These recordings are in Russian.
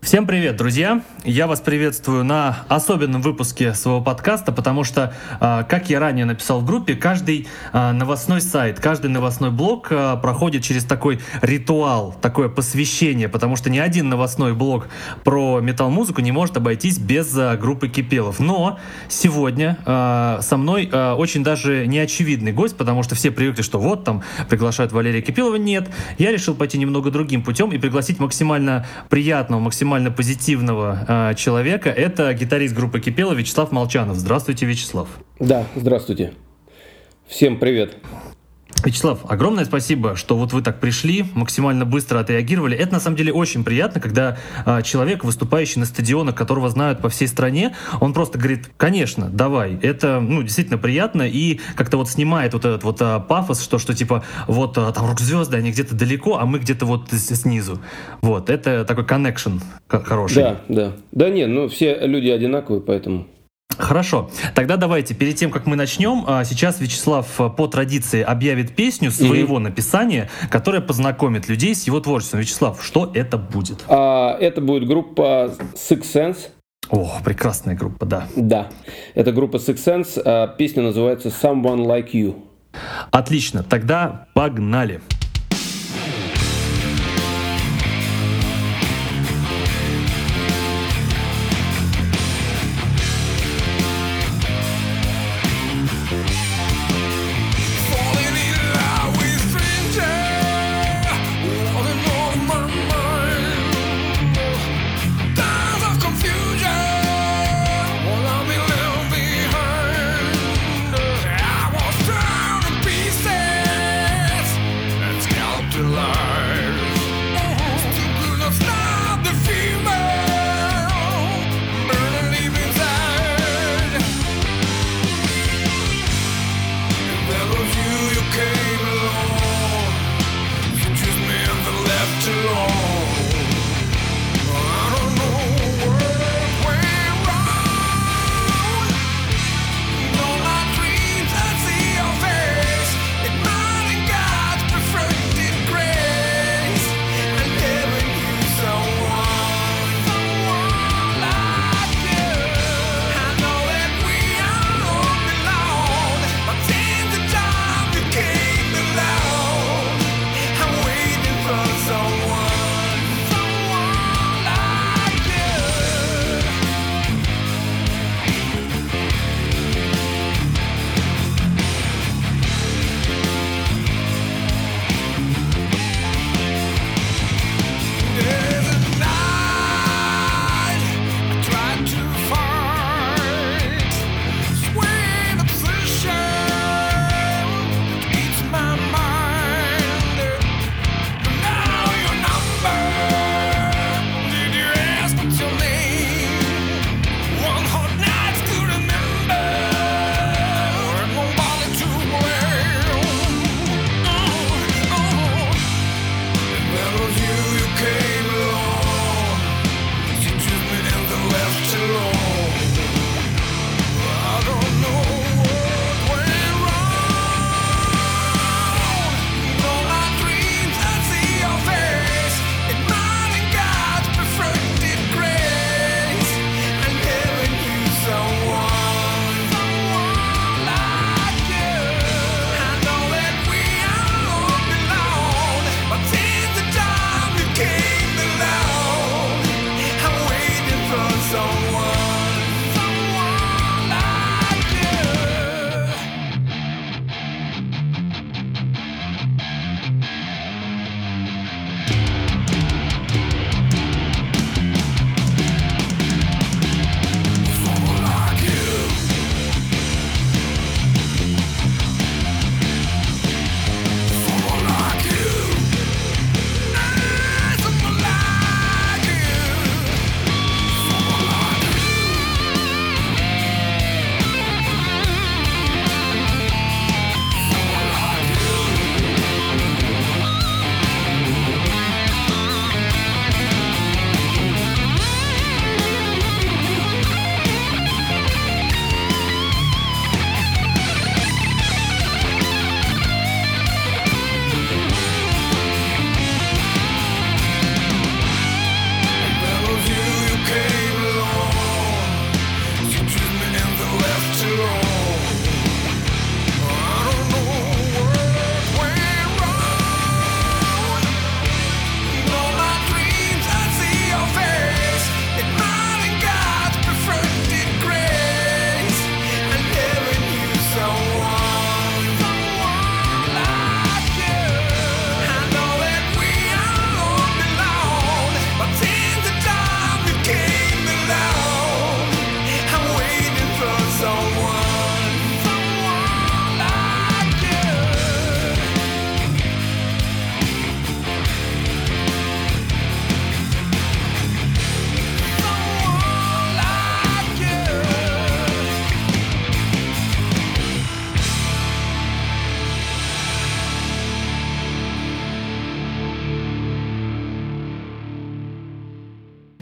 Всем привет, друзья! Я вас приветствую на особенном выпуске своего подкаста, потому что, как я ранее написал в группе, каждый новостной сайт, каждый новостной блог проходит через такой ритуал, такое посвящение, потому что ни один новостной блог про метал-музыку не может обойтись без группы Кипелов. Но сегодня со мной очень даже неочевидный гость, потому что все привыкли, что вот там приглашают Валерия Кипелова. Нет, я решил пойти немного другим путем и пригласить максимально приятного, максимально позитивного человека. Это гитарист группы Кипелов Вячеслав Молчанов. Здравствуйте, Вячеслав. Да, здравствуйте. Всем привет. Вячеслав, огромное спасибо, что вот вы так пришли, максимально быстро отреагировали. Это на самом деле очень приятно, когда человек, выступающий на стадионах, которого знают по всей стране, он просто говорит: конечно, давай. Это действительно приятно и как-то вот снимает вот этот вот пафос, что типа вот там рок-звезды, они где-то далеко, а мы где-то вот снизу. Вот, это такой коннекшн хороший. Да, нет, все люди одинаковые, поэтому... Хорошо, тогда давайте, перед тем, как мы начнем, сейчас Вячеслав по традиции объявит песню своего написания, которая познакомит людей с его творчеством. Вячеслав, что это будет? Это будет группа Sixth Sense. О, прекрасная группа, да. Да, это группа Sixth Sense, песня называется Someone Like You. Отлично, тогда погнали.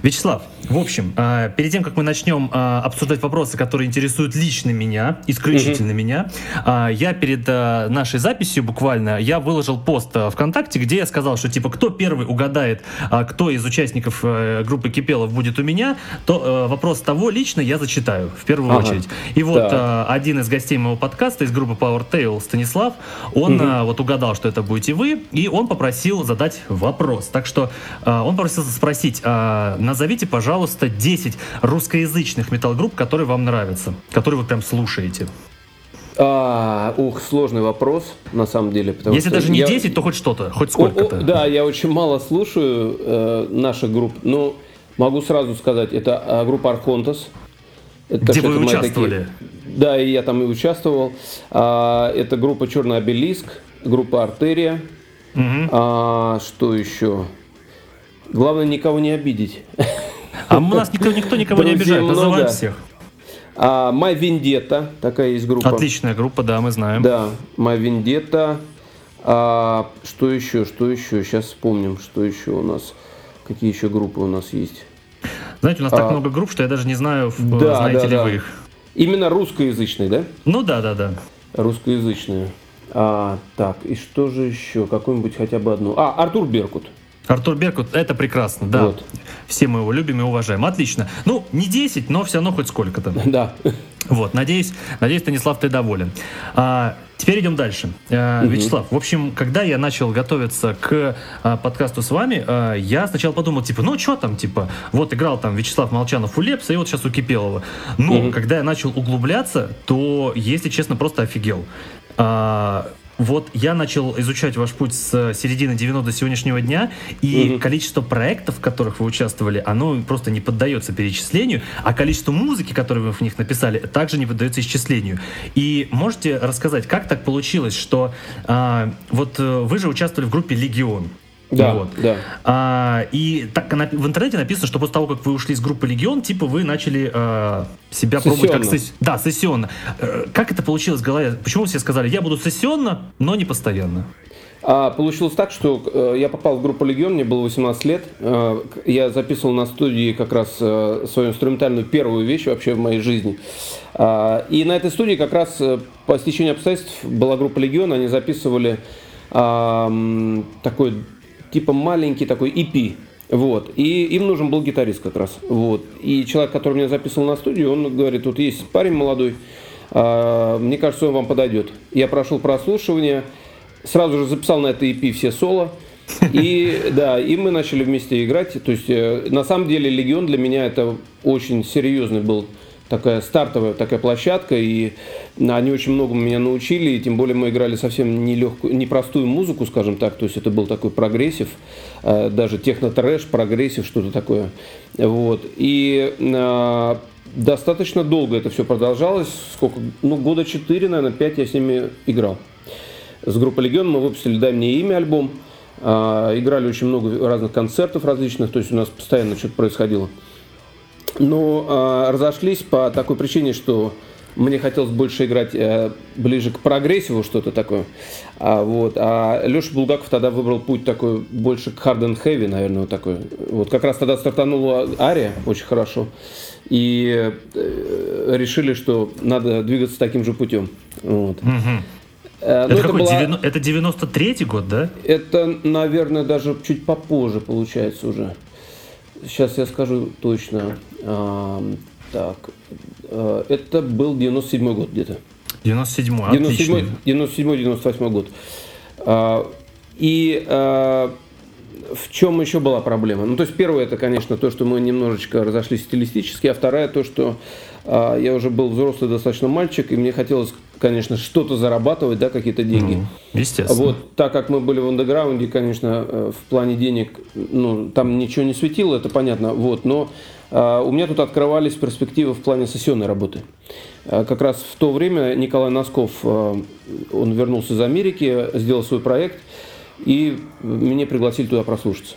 Вячеслав, в общем, перед тем, как мы начнем обсуждать вопросы, которые интересуют лично меня, исключительно меня, я перед нашей записью буквально, я выложил пост ВКонтакте, где я сказал, что типа, кто первый угадает, кто из участников группы Кипелов будет у меня, то вопрос того лично я зачитаю, в первую очередь. И вот один из гостей моего подкаста из группы Power Tail, Станислав, он вот угадал, что это будете вы, и он попросил задать вопрос. Так что он попросил спросить, назовите, пожалуйста, 10 русскоязычных метал-групп, которые вам нравятся, которые вы прям слушаете. Сложный вопрос, на самом деле. Если даже не 10, то хоть что-то, хоть сколько-то. Да, я очень мало слушаю наших групп, но могу сразу сказать, это группа Архонтос. Где вы участвовали? Да, и я там и участвовал. Это группа Черный Обелиск, группа Артерия. Что еще? Главное, никого не обидеть. А у нас никто никого не обижает, называют всех. My Vendetta, такая есть группа. Отличная группа, да, мы знаем. Да, My Vendetta. Что еще? Сейчас вспомним, что еще у нас. Какие еще группы у нас есть? Знаете, у нас так много групп, что я даже не знаю, знаете ли вы их. Именно русскоязычные, да? Ну да. Русскоязычные. Так, и что же еще? Какую-нибудь хотя бы одну. Артур Беркут. Артур Беркут, это прекрасно, да. Вот. Все мы его любим и уважаем. Отлично. Ну, не 10, но все равно хоть сколько-то. Да. Вот, надеюсь, Станислав, ты доволен. Теперь идем дальше. Вячеслав, в общем, когда я начал готовиться к подкасту с вами, я сначала подумал, типа, ну, что там, типа, вот играл там Вячеслав Молчанов у Лепса, и вот сейчас у Кипелова. Но когда я начал углубляться, то, если честно, просто офигел. Вот я начал изучать ваш путь с середины 90 до сегодняшнего дня, и количество проектов, в которых вы участвовали, оно просто не поддается перечислению, а количество музыки, которую вы в них написали, также не поддается исчислению. И можете рассказать, как так получилось, что вот вы же участвовали в группе «Легион». Да, вот. да. И так в интернете написано, что после того, как вы ушли из группы «Легион», типа вы начали себя пробовать как сессионно. Как это получилось в голове? Почему все сказали, я буду сессионно, но не постоянно? Получилось так, что я попал в группу «Легион», мне было 18 лет. Я записывал на студии как раз свою инструментальную первую вещь вообще в моей жизни. И на этой студии как раз по стечению обстоятельств была группа «Легион», они записывали такой типа маленький такой EP, вот, и им нужен был гитарист как раз, вот, и человек, который меня записывал на студию, он говорит, тут есть парень молодой, мне кажется, он вам подойдет. Я прошел прослушивание, сразу же записал на это EP все соло, и да, и мы начали вместе играть, то есть на самом деле «Легион» для меня это очень серьезный был такая стартовая такая площадка, и они очень многому меня научили, и тем более мы играли совсем непростую музыку, скажем так, то есть это был такой прогрессив, даже техно-трэш, прогрессив, что-то такое, вот, и достаточно долго это все продолжалось, сколько, года 4, наверное, 5 я с ними играл. С группой «Легион» мы выпустили «Дай мне имя» альбом, играли очень много разных концертов различных, то есть у нас постоянно что-то происходило. Но разошлись по такой причине, что мне хотелось больше играть ближе к прогрессиву, что-то такое. А Леша Булгаков тогда выбрал путь такой больше к hard and heavy, наверное, вот такой. Вот как раз тогда стартанула Ария очень хорошо. И решили, что надо двигаться таким же путем. Вот. Это какой? Это 93-й год, да? Это, наверное, даже чуть попозже получается уже. Сейчас я скажу точно. Так, это был 97-й год где-то. 97-й, отлично. 97-98 год. И в чем еще была проблема? Ну, то есть, первое, это, конечно, то, что мы немножечко разошлись стилистически, а вторая, то, что я уже был взрослый достаточно мальчик, и мне хотелось, конечно, что-то зарабатывать, да, какие-то деньги. Естественно. Вот, так как мы были в андеграунде, конечно, в плане денег, ну, там ничего не светило, это понятно, вот, но у меня тут открывались перспективы в плане сессионной работы. Как раз в то время Николай Носков, он вернулся из Америки, сделал свой проект, и меня пригласили туда прослушаться.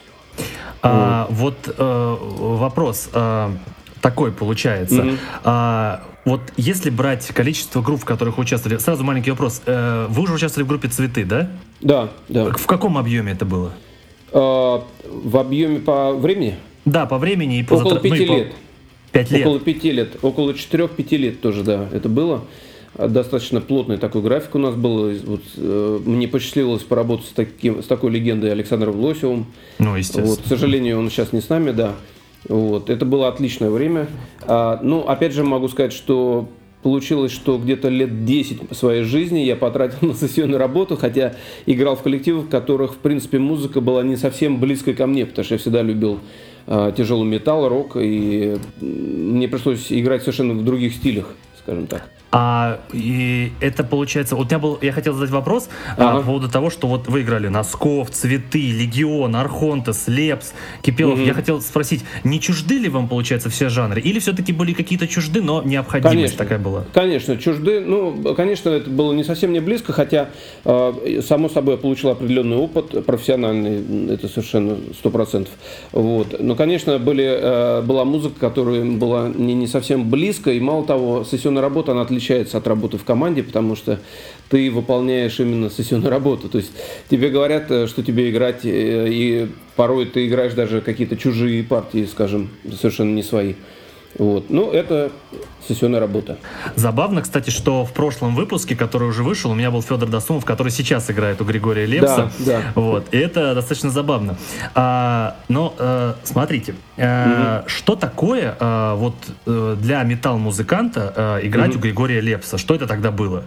Вопрос такой получается. Вот если брать количество групп, в которых участвовали, сразу маленький вопрос. Вы уже участвовали в группе «Цветы», да? Да, да. В каком объеме это было? В объеме по времени? Да, по времени и по... Около 5 лет. 5 лет. Около 5 лет. Около 4-5 лет тоже, да, это было. Достаточно плотный такой график у нас был. Вот, мне посчастливилось поработать с такой легендой Александром Лосевым. Ну, естественно. Вот, к сожалению, он сейчас не с нами, да. Вот, это было отличное время. Ну, опять же, могу сказать, что получилось, что где-то лет 10 своей жизни я потратил на сессионную работу, хотя играл в коллективах, в которых, в принципе, музыка была не совсем близкой ко мне, потому что я всегда любил тяжелый металл, рок, и мне пришлось играть совершенно в других стилях, скажем так. И это получается... Вот я хотел задать вопрос по поводу того, что вот вы играли Носков, Цветы, Легион, Архонтес, Лепс, Кипелов. Я хотел спросить, не чужды ли вам, получается, все жанры? Или все-таки были какие-то чужды, но необходимость такая была? Конечно, чужды. Ну, конечно, это было не совсем не близко, хотя, само собой, я получил определенный опыт профессиональный, это совершенно 100%. Вот. Но, конечно, была музыка, которая была не совсем близко, и мало того, сессионная работа, она отличается от работы в команде, потому что ты выполняешь именно сессионную работу. То есть тебе говорят, что тебе играть, и порой ты играешь даже какие-то чужие партии, скажем, совершенно не свои. Вот. Ну, это сессионная работа. Забавно, кстати, что в прошлом выпуске, который уже вышел, у меня был Федор Досумов, который сейчас играет у Григория Лепса. Да. Вот. И это достаточно забавно. Но смотрите, что такое для металл-музыканта играть у Григория Лепса? Что это тогда было?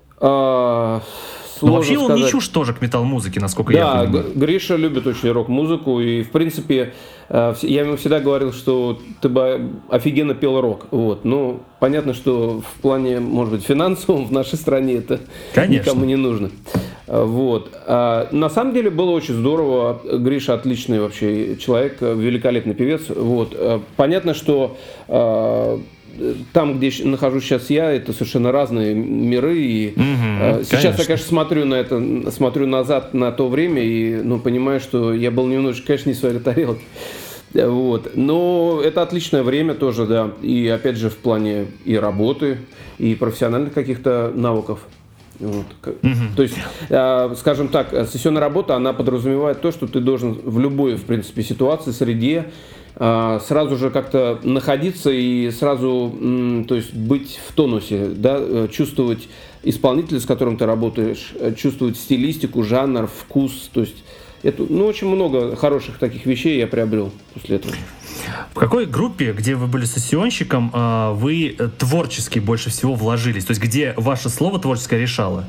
Вообще он не чушь тоже к металл-музыке, насколько я понимаю. Да, Гриша любит очень рок-музыку, и, в принципе, я ему всегда говорил, что ты бы офигенно пел рок. Вот. Ну, понятно, что в плане, может быть, финансовом в нашей стране это никому не нужно. Вот. На самом деле было очень здорово. Гриша отличный вообще человек, великолепный певец. Вот. Понятно, что там, где нахожусь сейчас я, это совершенно разные миры. И сейчас я, конечно, смотрю назад на то время и понимаю, что я был немножечко, конечно, не в своей тарелке. Вот. Но это отличное время тоже, да. И опять же в плане и работы, и профессиональных каких-то навыков. Вот. То есть, скажем так, сессионная работа, она подразумевает то, что ты должен в любой, в принципе, ситуации, среде сразу же как-то находиться и сразу, то есть быть в тонусе, да, чувствовать исполнителя, с которым ты работаешь, чувствовать стилистику, жанр, вкус, то есть это, очень много хороших таких вещей я приобрел после этого. В какой группе, где вы были сессионщиком, вы творчески больше всего вложились? То есть где ваше слово творческое решало?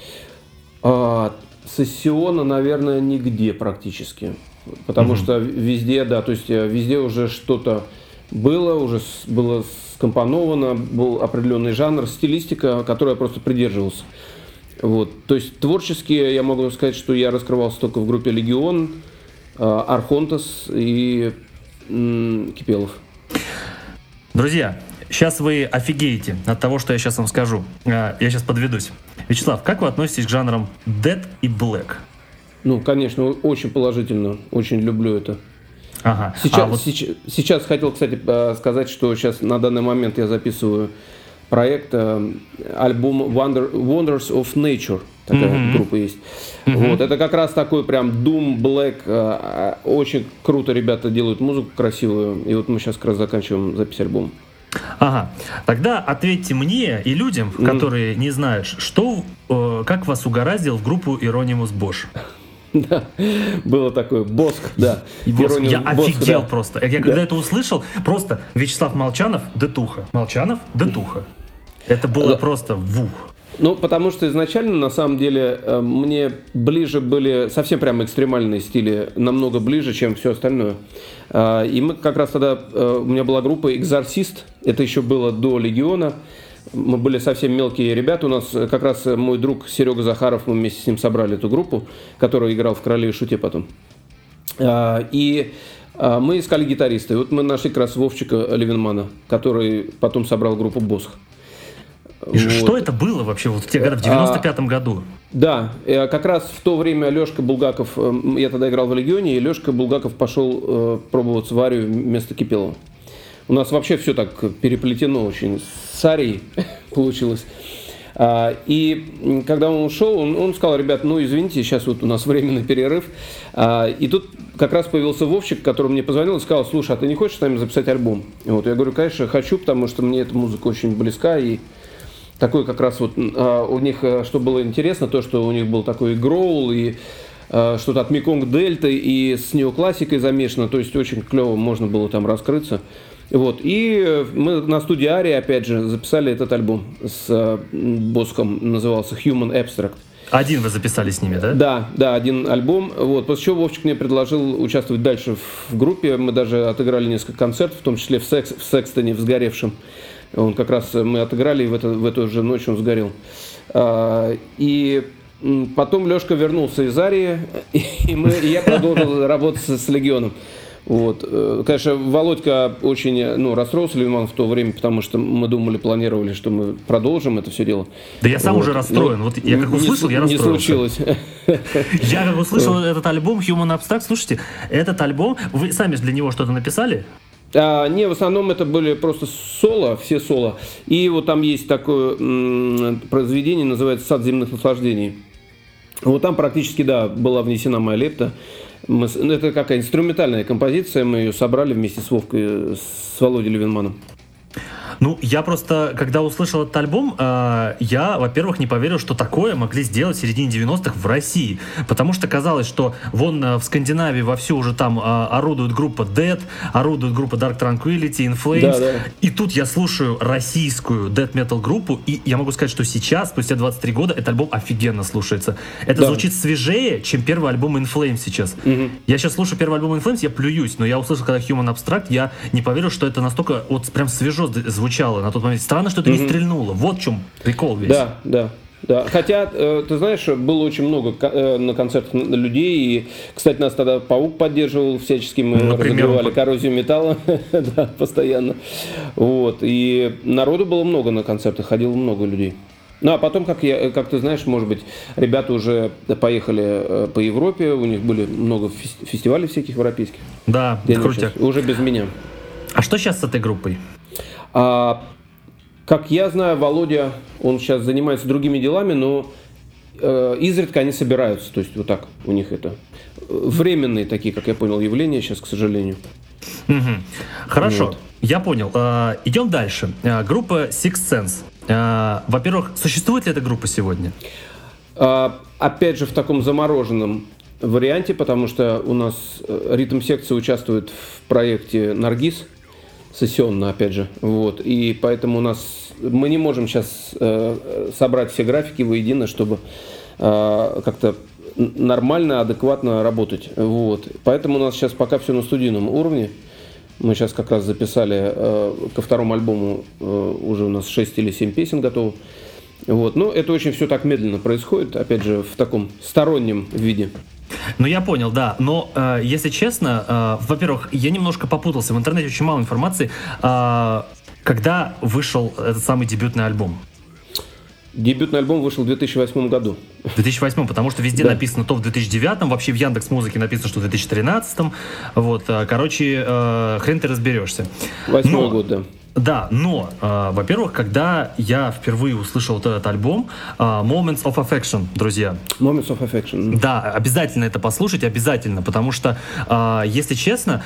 Сессиона, наверное, нигде практически. Потому что везде, да, то есть везде уже что-то было скомпоновано, был определенный жанр, стилистика, которой я просто придерживался. Вот. То есть творчески я могу сказать, что я раскрывался только в группе «Легион», «Архонтес» и Кипелов. Друзья, сейчас вы офигеете от того, что я сейчас вам скажу. Я сейчас подведусь. Вячеслав, как вы относитесь к жанрам Dead и Black? Ну, конечно, очень положительно. Очень люблю это. Ага. Сейчас хотел, кстати, сказать, что сейчас на данный момент я записываю проект, альбом Wonders of Nature. Такая группа есть. Вот, это как раз такой прям Doom, Black. Очень круто ребята делают музыку красивую. И вот мы сейчас как раз заканчиваем запись альбома. Ага. Тогда ответьте мне и людям, которые не знают, как вас угораздило в группу Hieronymus Bosch. Да, было такое. Боск, да. Я офигел просто. Я когда это услышал, просто Вячеслав Молчанов, Детуха. Молчанов, Детуха. Это было просто вух. Ну, потому что изначально, на самом деле, мне ближе были совсем прям экстремальные стили, намного ближе, чем все остальное. И мы как раз тогда, у меня была группа «Экзорцист», это еще было до «Легиона». Мы были совсем мелкие ребята. У нас как раз мой друг Серега Захаров, мы вместе с ним собрали эту группу, которая играл в «Короле и Шуте» потом. И мы искали гитариста. И вот мы нашли как раз Вовчика Левинмана, который потом собрал группу «Босх». Что это было вообще в 95-м году? Да, как раз в то время Лешка Булгаков, я тогда играл в «Легионе», и Лешка Булгаков пошел пробоваться в Арию вместо Кипелова. У нас вообще все так переплетено очень с Арией получилось. И когда он ушел, он сказал: ребят, ну извините, сейчас вот у нас временный перерыв. И тут как раз появился Вовчик, который мне позвонил и сказал: слушай, а ты не хочешь с нами записать альбом? Вот, я говорю: конечно, хочу, потому что мне эта музыка очень близка. И такой как раз вот у них, что было интересно, то, что у них был такой гроул и что-то от Меконг Дельты и с неоклассикой замешано, то есть очень клево можно было там раскрыться. Вот. И мы на студии Ария, опять же, записали этот альбом с Боском, назывался Human Abstract. Один вы записали с ними, да? Да, один альбом. Вот. После чего Вовчик мне предложил участвовать дальше в группе. Мы даже отыграли несколько концертов, в том числе в Секстоне, в сгоревшем. Он как раз мы отыграли, и в эту же ночь он сгорел. И потом Лешка вернулся из Арии, и я продолжил работать с Легионом. Вот. Конечно, Володька очень расстроился, Левинман, в то время, потому что мы планировали, что мы продолжим это все дело. Да я сам уже расстроен. Вот я как услышал, я расстроился. Не случилось. Я как услышал этот альбом Human Abstract, слушайте, этот альбом, вы сами для него что-то написали? Не, в основном это были просто соло, все соло. И вот там есть такое произведение, называется «Сад земных наслаждений». Вот там практически, да, была внесена моя лепта. Это какая инструментальная композиция, мы ее собрали вместе с Вовкой, с Володей Левинманом. Ну, я просто, когда услышал этот альбом, я, во-первых, не поверил, что такое могли сделать в середине 90-х в России. Потому что казалось, что вон в Скандинавии вовсю уже там орудует группа Dead, орудует группа Dark Tranquillity, In Flames. Да. И тут я слушаю российскую death metal группу, и я могу сказать, что сейчас, спустя 23 года, этот альбом офигенно слушается. Это звучит свежее, чем первый альбом In Flames сейчас. Угу. Я сейчас слушаю первый альбом In Flames, я плююсь, но я услышал, когда Human Abstract, я не поверил, что это настолько вот прям свежо звучало на тот момент. Странно, что это не стрельнуло. Вот в чем прикол весь. Да. Хотя, ты знаешь, было очень много на концертах людей. И, кстати, нас тогда Паук поддерживал всячески. Мы разогревали коррозию металла да, постоянно. Вот. И народу было много на концертах, ходило много людей. Ну, а потом, как ты знаешь, может быть, ребята уже поехали по Европе, у них были много фестивалей всяких европейских. Да, крутяк. Уже без меня. А что сейчас с этой группой? Как я знаю, Володя, он сейчас занимается другими делами, но изредка они собираются. То есть вот так у них это временные такие, как я понял, явления сейчас, к сожалению. Угу. Хорошо, вот. Я понял. Идем дальше. Группа Sixth Sense. Во-первых, существует ли эта группа сегодня? Опять же, в таком замороженном варианте, потому что у нас ритм-секция участвует в проекте «Наргиз», сессионно, опять же, вот, и поэтому мы не можем сейчас собрать все графики воедино, чтобы как-то нормально, адекватно работать, вот, поэтому у нас сейчас пока все на студийном уровне. Мы сейчас как раз записали ко второму альбому, уже у нас 6 или 7 песен готово, вот, но это очень все так медленно происходит, опять же, в таком стороннем виде. Ну, я понял, да. Но, если честно, во-первых, я немножко попутался. В интернете очень мало информации. Когда вышел этот самый дебютный альбом? Дебютный альбом вышел в 2008 году. В 2008, потому что везде написано то в 2009, вообще в Яндекс.Музыке написано, что в 2013. Вот, короче, хрен ты разберешься. 8-й год, да. Да, но, во-первых, когда я впервые услышал вот этот альбом, Moments of Affection, друзья. Moments of Affection. Да, обязательно это послушайте, обязательно, потому что, если честно,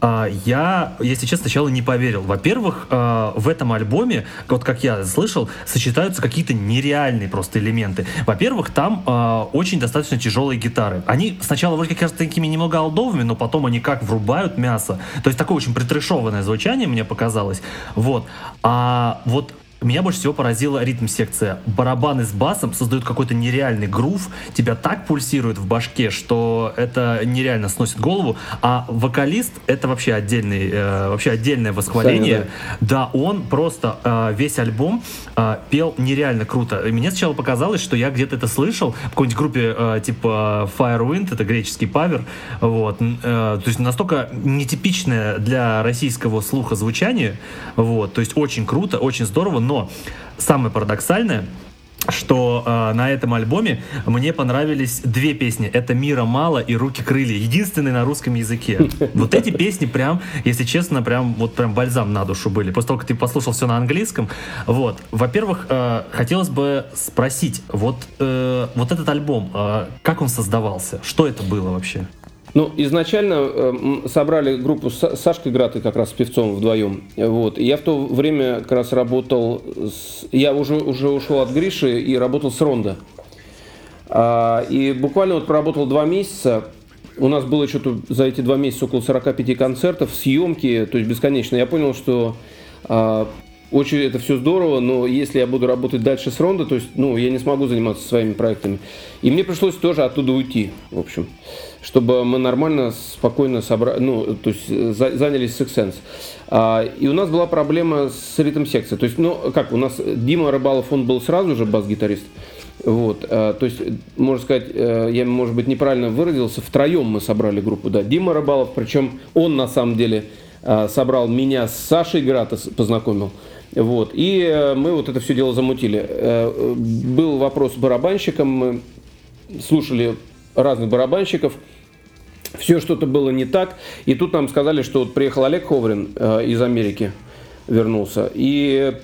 я сначала не поверил. Во-первых, в этом альбоме, вот как я слышал, сочетаются какие-то нереальные просто элементы. Во-первых, там очень достаточно тяжелые гитары. Они сначала вроде как кажутся такими немного олдовыми, но потом они как врубают мясо. То есть такое очень притрэшованное звучание мне показалось. Вот. А вот меня больше всего поразила ритм-секция. Барабаны с басом создают какой-то нереальный грув, тебя так пульсирует в башке, что это нереально сносит голову. А вокалист — это вообще отдельное восхваление. Да, он просто весь альбом пел нереально круто. И мне сначала показалось, что я где-то это слышал в какой-нибудь группе типа Firewind, это греческий павер. Вот. То есть настолько нетипичное для российского слуха звучание. Вот. То есть очень круто, очень здорово, но самое парадоксальное, что на этом альбоме мне понравились две песни. Это «Мира мало» и «Руки-крылья». Единственные на русском языке. Вот эти песни прям, если честно, прям бальзам на душу были. После того, как ты послушал все на английском. Вот. Во-первых, хотелось бы спросить, вот этот альбом, как он создавался? Что это было вообще? Ну, изначально собрали группу с Сашкой Гратой, как раз с певцом вдвоем. Вот. И я в то время как раз работал я уже ушел от Гриши и работал с Рондо. И буквально вот проработал 2 месяца. У нас было что-то за эти 2 месяца около 45 концертов, съемки, то есть бесконечно. Я понял, что очень это все здорово, но если я буду работать дальше с Рондо, то есть, я не смогу заниматься своими проектами. И мне пришлось тоже оттуда уйти, в общем, чтобы мы нормально, спокойно занялись Sixth Sense. И у нас была проблема с ритм-секцией. То есть, у нас Дима Рыбалов, он был сразу же бас-гитарист. Вот, то есть, можно сказать, я, может быть, неправильно выразился, втроем мы собрали группу, да, Дима Рыбалов, причем он, на самом деле, собрал меня с Сашей Грата, познакомил. Вот. И мы вот это все дело замутили. Был вопрос с барабанщиком, мы слушали разных барабанщиков, все что-то было не так. И тут нам сказали, что вот приехал Олег Ховрин из Америки, вернулся, и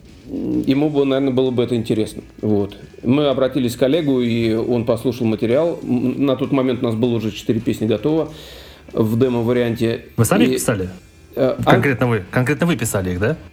ему бы, наверное, было бы это интересно. Вот. Мы обратились к Олегу, и он послушал материал. На тот момент у нас было уже 4 песни готово в демо-варианте. Вы сами их писали? Конкретно вы писали их, да?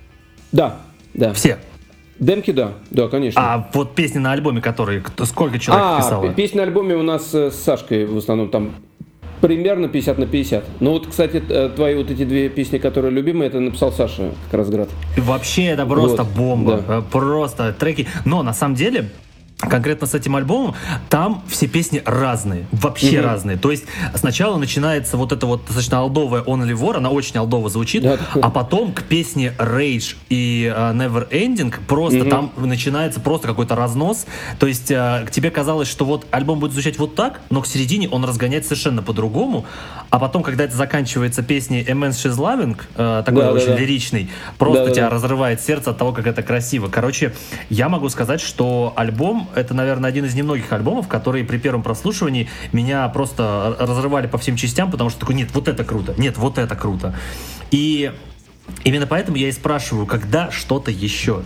Да. Все? Демки, да, конечно. А вот песни на альбоме, которые сколько человек писало? Песни на альбоме у нас с Сашкой в основном там примерно 50 на 50. Ну вот, кстати, твои вот эти 2 песни, которые любимые, это написал Саша как раз Град. Вообще это просто бомба, да. Просто треки. Но на самом деле, конкретно с этим альбомом, там все песни разные, вообще разные. То есть сначала начинается вот эта вот достаточно олдовая Only War, она очень олдово звучит, а потом к песне Rage и Never Ending просто там начинается просто какой-то разнос. То есть тебе казалось, что вот альбом будет звучать вот так, но к середине он разгоняется совершенно по-другому, а потом, когда это заканчивается песней Immense She's Loving, такой очень лиричный, просто тебя разрывает сердце от того, как это красиво. Короче, я могу сказать, что альбом — это, наверное, один из немногих альбомов, которые при первом прослушивании меня просто разрывали по всем частям, потому что такой, нет, вот это круто, нет, вот это круто. И именно поэтому я и спрашиваю, когда что-то еще?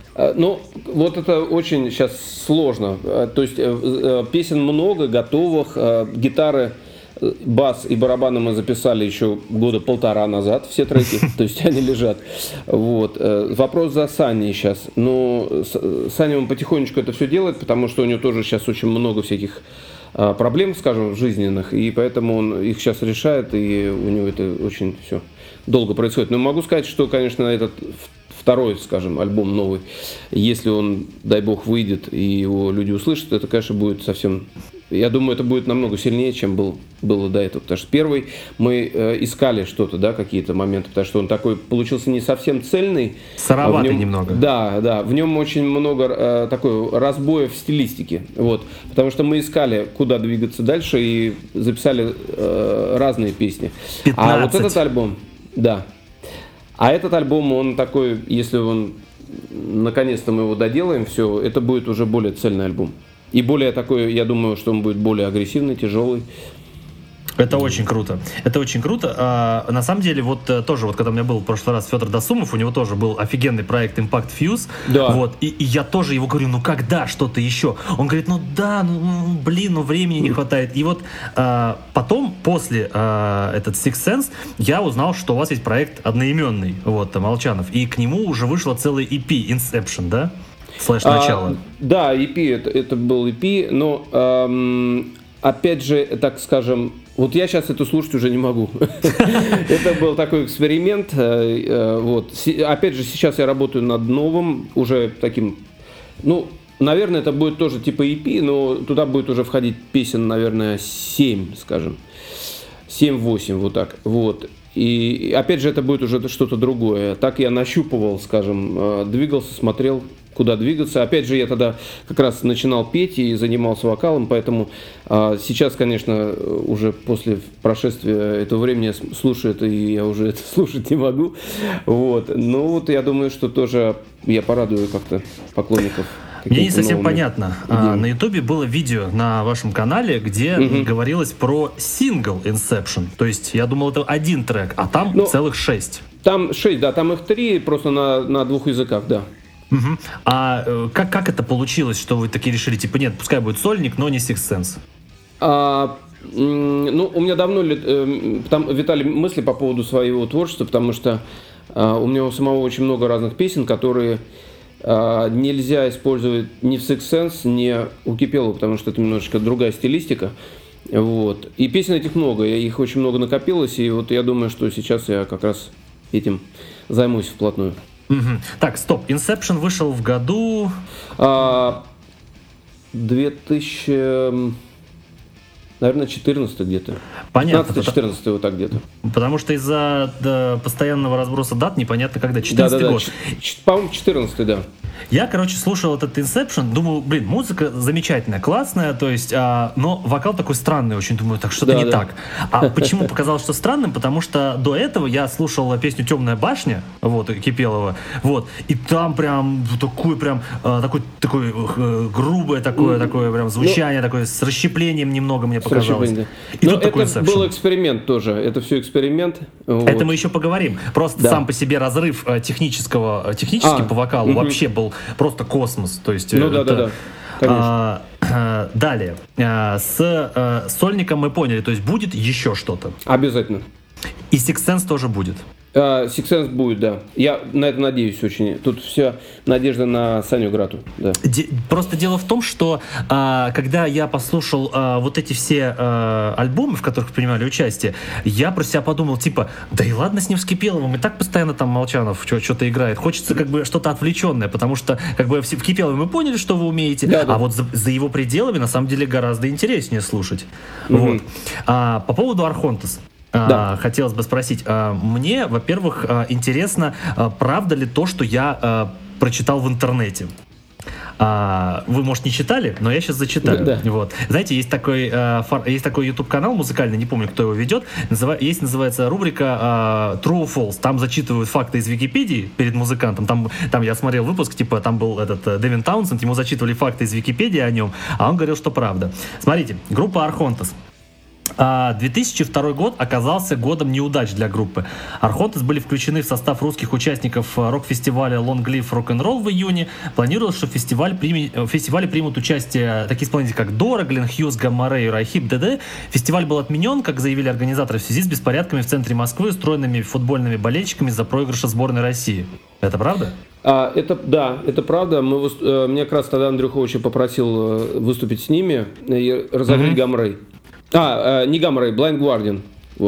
Вот это очень сейчас сложно. То есть песен много, готовых, гитары, бас и барабаны мы записали еще 1.5 года назад, все треки, то есть они лежат. Вот. Вопрос за Саней сейчас. Саня, он потихонечку это все делает, потому что у него тоже сейчас очень много всяких проблем, скажем, жизненных, и поэтому он их сейчас решает, и у него это очень все долго происходит. Но могу сказать, что, конечно, этот второй, скажем, альбом новый, если он, дай бог, выйдет и его люди услышат, это, конечно, будет совсем... Я думаю, это будет намного сильнее, чем было до этого. Потому что первый мы искали что-то, да, какие-то моменты, потому что он такой получился не совсем цельный. Сыроватый немного. Да. В нем очень много такой разбоя в стилистике. Вот. Потому что мы искали, куда двигаться дальше, и записали разные песни. 15. А вот этот альбом, да. А этот альбом, он такой, если он наконец-то мы его доделаем, все, это будет уже более цельный альбом. И более такой, я думаю, что он будет более агрессивный, тяжелый. Это очень круто. Это очень круто. На самом деле, вот тоже, вот когда у меня был в прошлый раз Федор Досумов, у него тоже был офигенный проект Impact Fuse. Да. Вот, и я тоже его говорю, когда что-то еще? Он говорит, времени не хватает. И вот потом, после этот Sixth Sense, я узнал, что у вас есть проект одноименный, вот, Молчанов, и к нему уже вышло целый EP, Inception, да? /начало. Да, EP, это был EP, но опять же, так скажем, вот я сейчас это слушать уже не могу. Это был такой эксперимент. Вот. Опять же, сейчас я работаю над новым, уже таким, наверное, это будет тоже типа EP, но туда будет уже входить песен, наверное, 7, скажем. 7-8, вот так. Вот. И опять же, это будет уже что-то другое. Так я нащупывал, скажем, двигался, смотрел, куда двигаться. Опять же, я тогда как раз начинал петь и занимался вокалом, поэтому сейчас, конечно, уже после прошествия этого времени я слушаю это, и я уже это слушать не могу. Вот. Но вот я думаю, что тоже я порадую как-то поклонников. Мне не совсем понятно. На Ютубе было видео на вашем канале, где говорилось про сингл Inception. То есть я думал, это один трек, а там целых 6. Там 6, да, там их 3, просто на 2 языках, да. А как это получилось, что вы такие решили, типа, нет, пускай будет сольник, но не Sixth Sense? У меня давно там витали мысли по поводу своего творчества, потому что у меня у самого очень много разных песен, которые нельзя использовать ни в Sixth Sense, ни у Кипелова, потому что это немножечко другая стилистика. Вот. И песен этих много, их очень много накопилось, и вот я думаю, что сейчас я как раз этим займусь вплотную. Так, стоп. Inception вышел в году... 2000... Наверное, 14 где-то. Понятно. 15-14 вот так где-то. Потому что из-за постоянного разброса дат непонятно когда. 14 год. По-моему, 14, да. Я, слушал этот Inception, думаю, музыка замечательная, классная, то есть, но вокал такой странный очень, думаю, так что-то не так. А почему показалось, что странным? Потому что до этого я слушал песню «Темная башня», Кипелова, и там прям такое грубое такое прям звучание, такое с расщеплением немного мне показалось. И но это был эксперимент тоже, это все эксперимент. Это мы еще поговорим. Просто сам по себе разрыв технически по вокалу вообще был просто космос. То есть, конечно. Далее. С сольником мы поняли, то есть будет еще что-то. Обязательно. И Sixth Sense тоже будет. Sixth Sense будет, да. Я на это надеюсь очень. Тут вся надежда на Саню Грату. Да. Просто дело в том, что когда я послушал вот эти все альбомы, в которых принимали участие, я про себя подумал, да и ладно с ним, с Кипеловым, и так постоянно там Молчанов что-то играет. Хочется что-то отвлеченное, потому что в Кипелове мы поняли, что вы умеете, а вот за его пределами на самом деле гораздо интереснее слушать. По поводу Архонтес. Хотелось бы спросить, мне, во-первых, интересно, правда ли то, что я прочитал в интернете? Вы, может, не читали, но я сейчас зачитаю. Да. Знаете, есть такой YouTube-канал музыкальный, не помню, кто его ведет, называется рубрика True or False. Там зачитывают факты из Википедии перед музыкантом. Там я смотрел выпуск, там был Дэвин Таунсенд, ему зачитывали факты из Википедии о нем, а он говорил, что правда. Смотрите, группа Архонтес. 2002 год оказался годом неудач для группы. Архонтес были включены в состав русских участников рок-фестиваля Long Live Rock'n'Roll в июне. Планировалось, что в фестивале примут участие такие исполнители, как Дора, Глен Хьюз, Гамма Рэй, Рахиб, ДД. Фестиваль был отменен, как заявили организаторы, в связи с беспорядками в центре Москвы, устроенными футбольными болельщиками из-за проигрыша сборной России. Это правда? Это правда. Меня как раз тогда Андрюха очень попросил выступить с ними и разогреть Гамма Рэй. Не Гамма Рэй, Blind Guardian.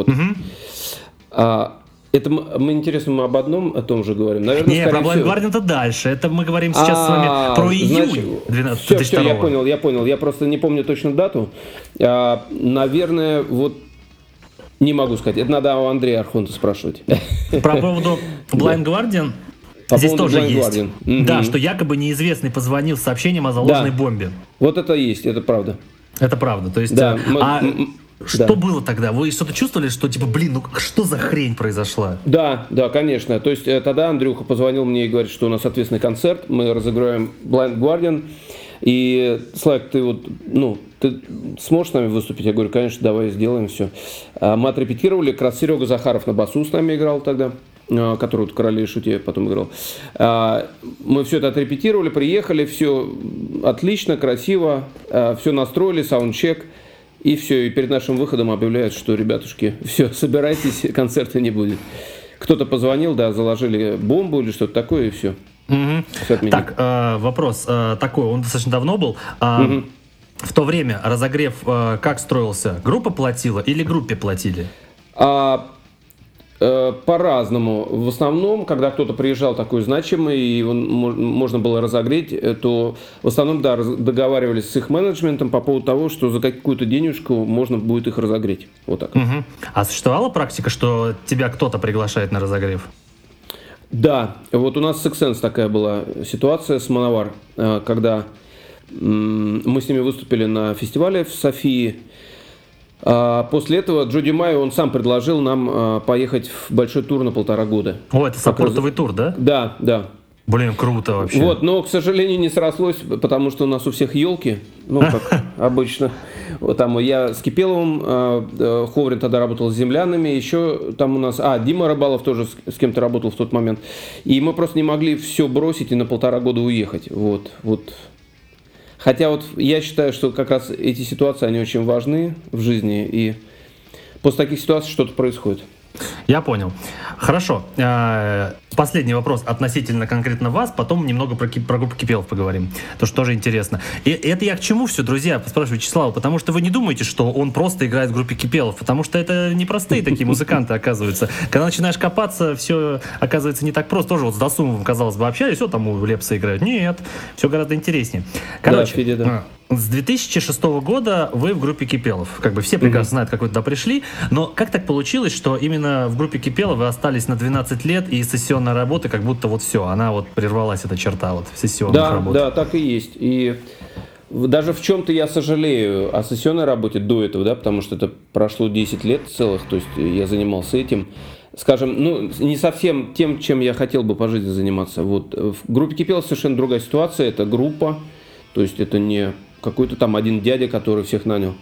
Это мы об одном, о том же говорим. Наверное, про Blind Guardian-то дальше. Это мы говорим сейчас с вами про июнь 2002. Все, я понял. Я просто не помню точно дату. Наверное, не могу сказать. Это надо у Андрея Архонта спрашивать. Про поводу Blind Guardian здесь тоже есть. Да, что якобы неизвестный позвонил с сообщением о заложенной бомбе. Вот это есть, это правда. Это правда. То есть, что было тогда? Вы что-то чувствовали, что что за хрень произошла? Да, конечно. То есть тогда Андрюха позвонил мне и говорит, что у нас ответственный концерт, мы разыграем Blind Guardian. И, Славик, ты сможешь с нами выступить? Я говорю, конечно, давай сделаем все. Мы отрепетировали, как раз Серега Захаров на басу с нами играл тогда, который в «Короле и Шуте» потом играл. Мы все это отрепетировали, приехали, все отлично, красиво, все настроили, саундчек, и все. И перед нашим выходом объявляют, что, ребятушки, все, собирайтесь, концерта не будет. Кто-то позвонил, заложили бомбу или что-то такое, и все. Так, вопрос такой, он достаточно давно был. В то время разогрев как строился? Группа платила или группе платили? По-разному. В основном, когда кто-то приезжал такой значимый, и его можно было разогреть, то в основном, договаривались с их менеджментом по поводу того, что за какую-то денежку можно будет их разогреть. Вот так. А существовала практика, что тебя кто-то приглашает на разогрев? Да. Вот у нас с Sixth Sense такая была ситуация с Мановар, когда мы с ними выступили на фестивале в Софии. После этого Джо Ди Майо, он сам предложил нам поехать в большой тур на 1,5 года. Это саппортовый тур, да? Да. Блин, круто вообще. Вот, но, к сожалению, не срослось, потому что у нас у всех елки, ну, как обычно. Вот там я с Кипеловым, Ховрин тогда работал с землянами, еще там у нас, Дима Рыбалов тоже с кем-то работал в тот момент. И мы просто не могли все бросить и на 1,5 года уехать. Вот. Хотя вот я считаю, что как раз эти ситуации, они очень важны в жизни, и после таких ситуаций что-то происходит. Я понял. Хорошо. Последний вопрос относительно конкретно вас, потом немного про группу Кипелов поговорим, то что тоже интересно. И это я к чему все, друзья, спрашиваю Вячеслава, потому что вы не думаете, что он просто играет в группе Кипелов, потому что это непростые такие музыканты, оказывается. Когда начинаешь копаться, все оказывается не так просто. Тоже вот с Досумовым, казалось бы, общались, все там у Лепса играют. Нет, все гораздо интереснее. Короче, Федя, да. С 2006 года вы в группе Кипелов. Как бы все прекрасно знают, как вы туда пришли. Но как так получилось, что именно в группе Кипелов вы остались на 12 лет, и сессионная работа как будто вот все, она вот прервалась, эта черта вот сессионных работ? Да, так и есть. И даже в чем-то я сожалею о сессионной работе до этого, да, потому что это прошло 10 лет целых, то есть я занимался этим. Скажем, не совсем тем, чем я хотел бы по жизни заниматься. Вот в группе Кипелов совершенно другая ситуация. Это группа, то есть это не какой-то там один дядя, который всех нанял.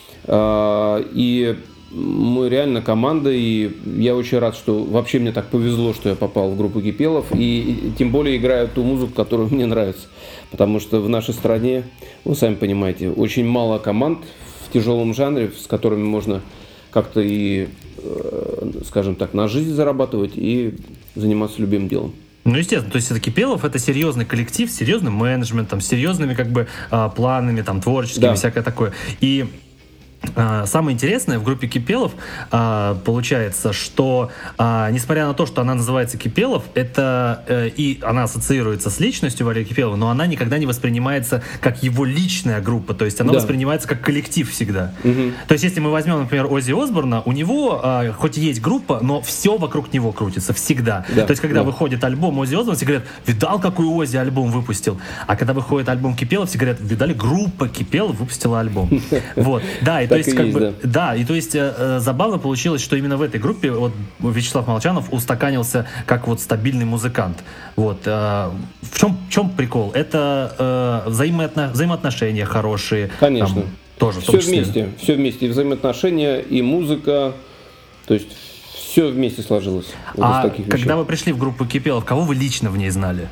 И мы реально команда, и я очень рад, что вообще мне так повезло, что я попал в группу Кипелов, и тем более играю ту музыку, которая мне нравится. Потому что в нашей стране, вы сами понимаете, очень мало команд в тяжелом жанре, с которыми можно как-то и, скажем так, на жизнь зарабатывать и заниматься любимым делом. Ну, естественно, то есть это Кипелов, это серьезный коллектив, с серьезным менеджментом, с серьезными как бы планами, там, творческими, всякое такое. И самое интересное в группе Кипелов получается, что несмотря на то, что она называется Кипелов, это и она ассоциируется с личностью Валерия Кипелова, но она никогда не воспринимается как его личная группа, то есть она воспринимается как коллектив всегда. То есть если мы возьмем, например, Оззи Осборна, у него хоть и есть группа, но все вокруг него крутится всегда. То есть когда выходит альбом Оззи Осборна, все говорят: видал, какой Оззи альбом выпустил? А когда выходит альбом Кипелов, все говорят: видали, группа Кипелов выпустила альбом. Вот, да, и то есть, как бы, да, и то есть забавно получилось, что именно в этой группе вот Вячеслав Молчанов устаканился как вот стабильный музыкант. Вот. В чем прикол? Это взаимоотношения хорошие. Конечно. Там, тоже все вместе, и взаимоотношения, и музыка, то есть все вместе сложилось. Вот когда вы пришли в группу Кипелов, кого вы лично в ней знали?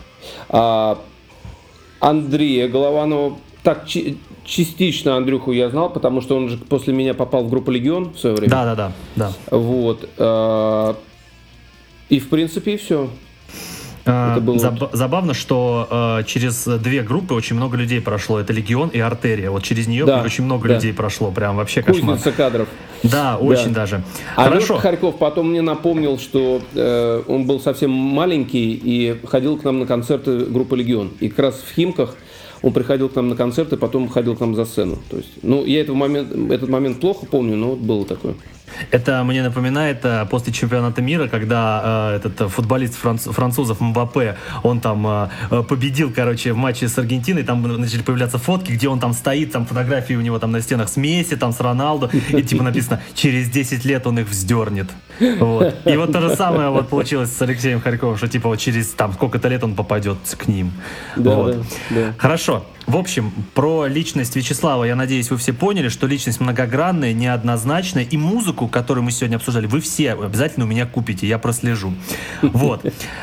Андрея Голованова. Так, частично Андрюху я знал, потому что он же после меня попал в группу «Легион» в свое время. Да. Вот. И, в принципе, и все. Забавно, что через две группы очень много людей прошло. Это «Легион» и «Артерия». Вот через нее очень много людей прошло. Прям вообще кошмар. Кузница кадров. Да, очень даже. Хорошо. Харьков потом мне напомнил, что он был совсем маленький и ходил к нам на концерты группы «Легион». И как раз в Химках он приходил к нам на концерты, потом ходил к нам за сцену. То есть, я этот момент плохо помню, но вот было такое. Это мне напоминает после чемпионата мира, когда этот футболист французов Мбаппе, он там победил, в матче с Аргентиной, там начали появляться фотки, где он там стоит, там фотографии у него там на стенах с Месси, там с Роналду, и типа написано: через 10 лет он их вздернет. Вот. И вот то же самое вот получилось с Алексеем Харьковым, что типа вот через там сколько-то лет он попадет к ним. Да. Хорошо. В общем, про личность Вячеслава, я надеюсь, вы все поняли, что личность многогранная, неоднозначная, и музыку, которую мы сегодня обсуждали, вы все обязательно у меня купите, я прослежу. Вот.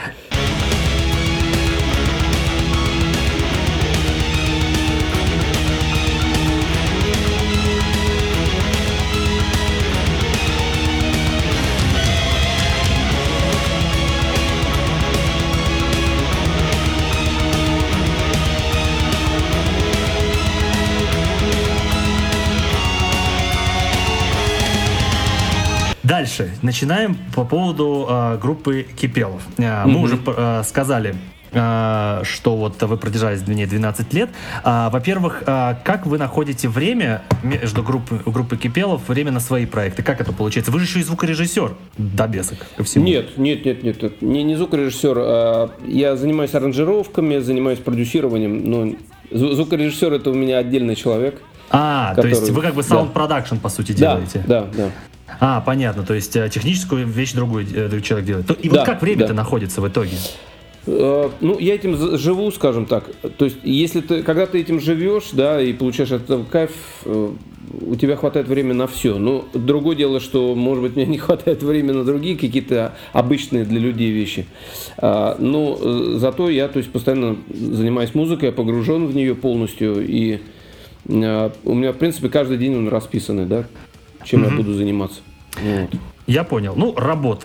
Дальше. Начинаем по поводу группы Кипелов. Мы уже сказали, что вот вы продержались в ней 12 лет. Во-первых, как вы находите время между группой Кипелов, время на свои проекты? Как это получается? Вы же еще и звукорежиссер, до бесок ко всему. Нет. Не звукорежиссер. Я занимаюсь аранжировками, занимаюсь продюсированием. Но звукорежиссер — это у меня отдельный человек. То есть вы как бы саунд-продакшн, по сути, делаете? Да. Понятно. То есть техническую вещь другой человек делает. И вот как время-то находится в итоге? Ну, я этим живу, скажем так. То есть, когда ты этим живешь, да, и получаешь от этого кайф, у тебя хватает времени на все. Но другое дело, что, может быть, мне не хватает времени на другие какие-то обычные для людей вещи. Но зато я, то есть, постоянно занимаюсь музыкой, я погружен в нее полностью, и у меня, в принципе, каждый день он расписанный, да, чем я буду заниматься. Вот. Я понял. Ну, работа.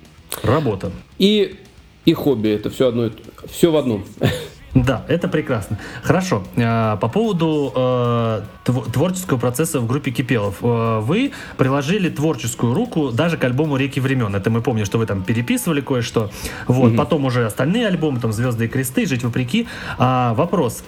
И хобби, это все в одном. Да, это прекрасно. Хорошо. По поводу творческого процесса в группе Кипелов. Вы приложили творческую руку даже к альбому «Реки времен». Это мы помним, что вы там переписывали кое-что. Вот. Потом уже остальные альбомы, там «Звезды и кресты», «Жить вопреки». Вопрос.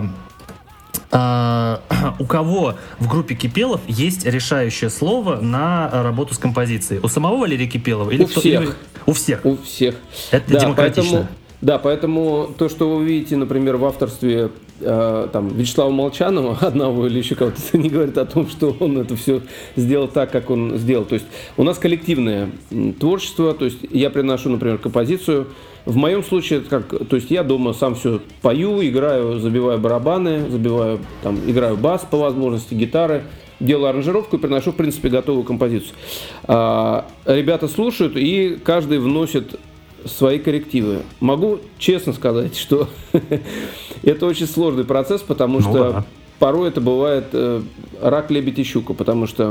У кого в группе Кипелов есть решающее слово на работу с композицией? У самого Валерия Кипелова? Или у всех. У всех? У всех. Это да, демократично. Поэтому то, что вы видите, например, в авторстве там, Вячеслава Молчанова, одного или еще кого-то, это не говорит о том, что он это все сделал так, как он сделал. То есть у нас коллективное творчество, то есть я приношу, например, композицию. В моем случае, то есть я дома сам все пою, играю, забиваю барабаны, играю бас по возможности, гитары, делаю аранжировку и приношу, в принципе, готовую композицию. Ребята слушают, и каждый вносит свои коррективы. Могу честно сказать, что это очень сложный процесс, потому что порой это бывает рак, лебедь и щука, потому что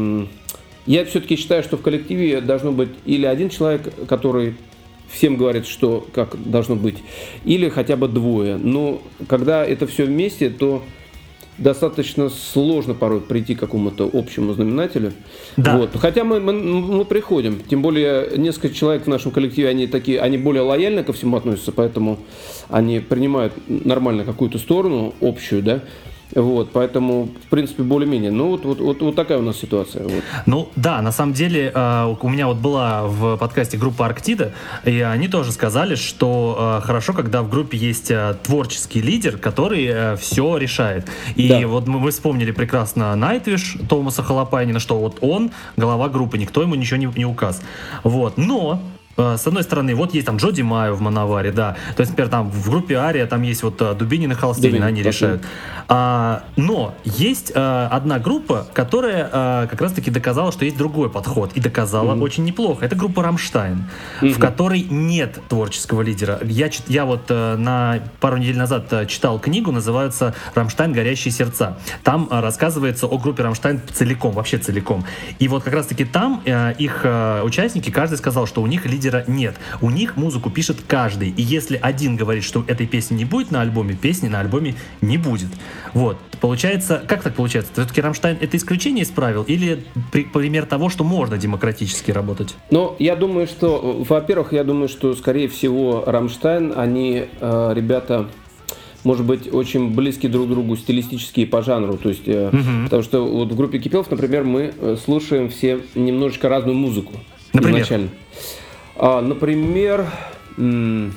я все-таки считаю, что в коллективе должно быть или один человек, который всем говорит, что как должно быть, или хотя бы двое. Но когда это все вместе, то достаточно сложно порой прийти к какому-то общему знаменателю. Да. Вот. Хотя мы приходим. Тем более несколько человек в нашем коллективе, они более лояльно ко всему относятся, поэтому они принимают нормально какую-то сторону общую, да. Вот, поэтому, в принципе, более-менее. Ну, вот такая у нас ситуация. Вот. Ну, да, на самом деле, у меня вот была в подкасте группа «Арктида», и они тоже сказали, что хорошо, когда в группе есть творческий лидер, который все решает. И вот мы вспомнили прекрасно Найтвиш Томаса Халапайнина, что вот он глава группы, никто ему ничего не указ. Вот, но... С одной стороны, вот есть там Джо Ди Майо в Мановаре, да. То есть, например, там в группе Ария там есть вот Дубинин и Холстейн, они решают. Но есть одна группа, которая как раз-таки доказала, что есть другой подход. И доказала очень неплохо. Это группа «Рамштайн», в которой нет творческого лидера. Я вот пару недель назад читал книгу, называется «Рамштайн. Горящие сердца». Там рассказывается о группе «Рамштайн» целиком, вообще целиком. И вот как раз-таки там их участники, каждый сказал, что у них лидера нет. У них музыку пишет каждый. И если один говорит, что этой песни не будет на альбоме, песни на альбоме не будет. Вот. Получается, как так получается? Все-таки «Рамштайн» это исключение из правил или пример того, что можно демократически работать? Ну, я думаю, что, во-первых, скорее всего, «Рамштайн», они ребята, может быть, очень близки друг к другу стилистически и по жанру. То есть, потому что вот в группе Кипелов, например, мы слушаем все немножечко разную музыку. Например? Изначально. Например, мне,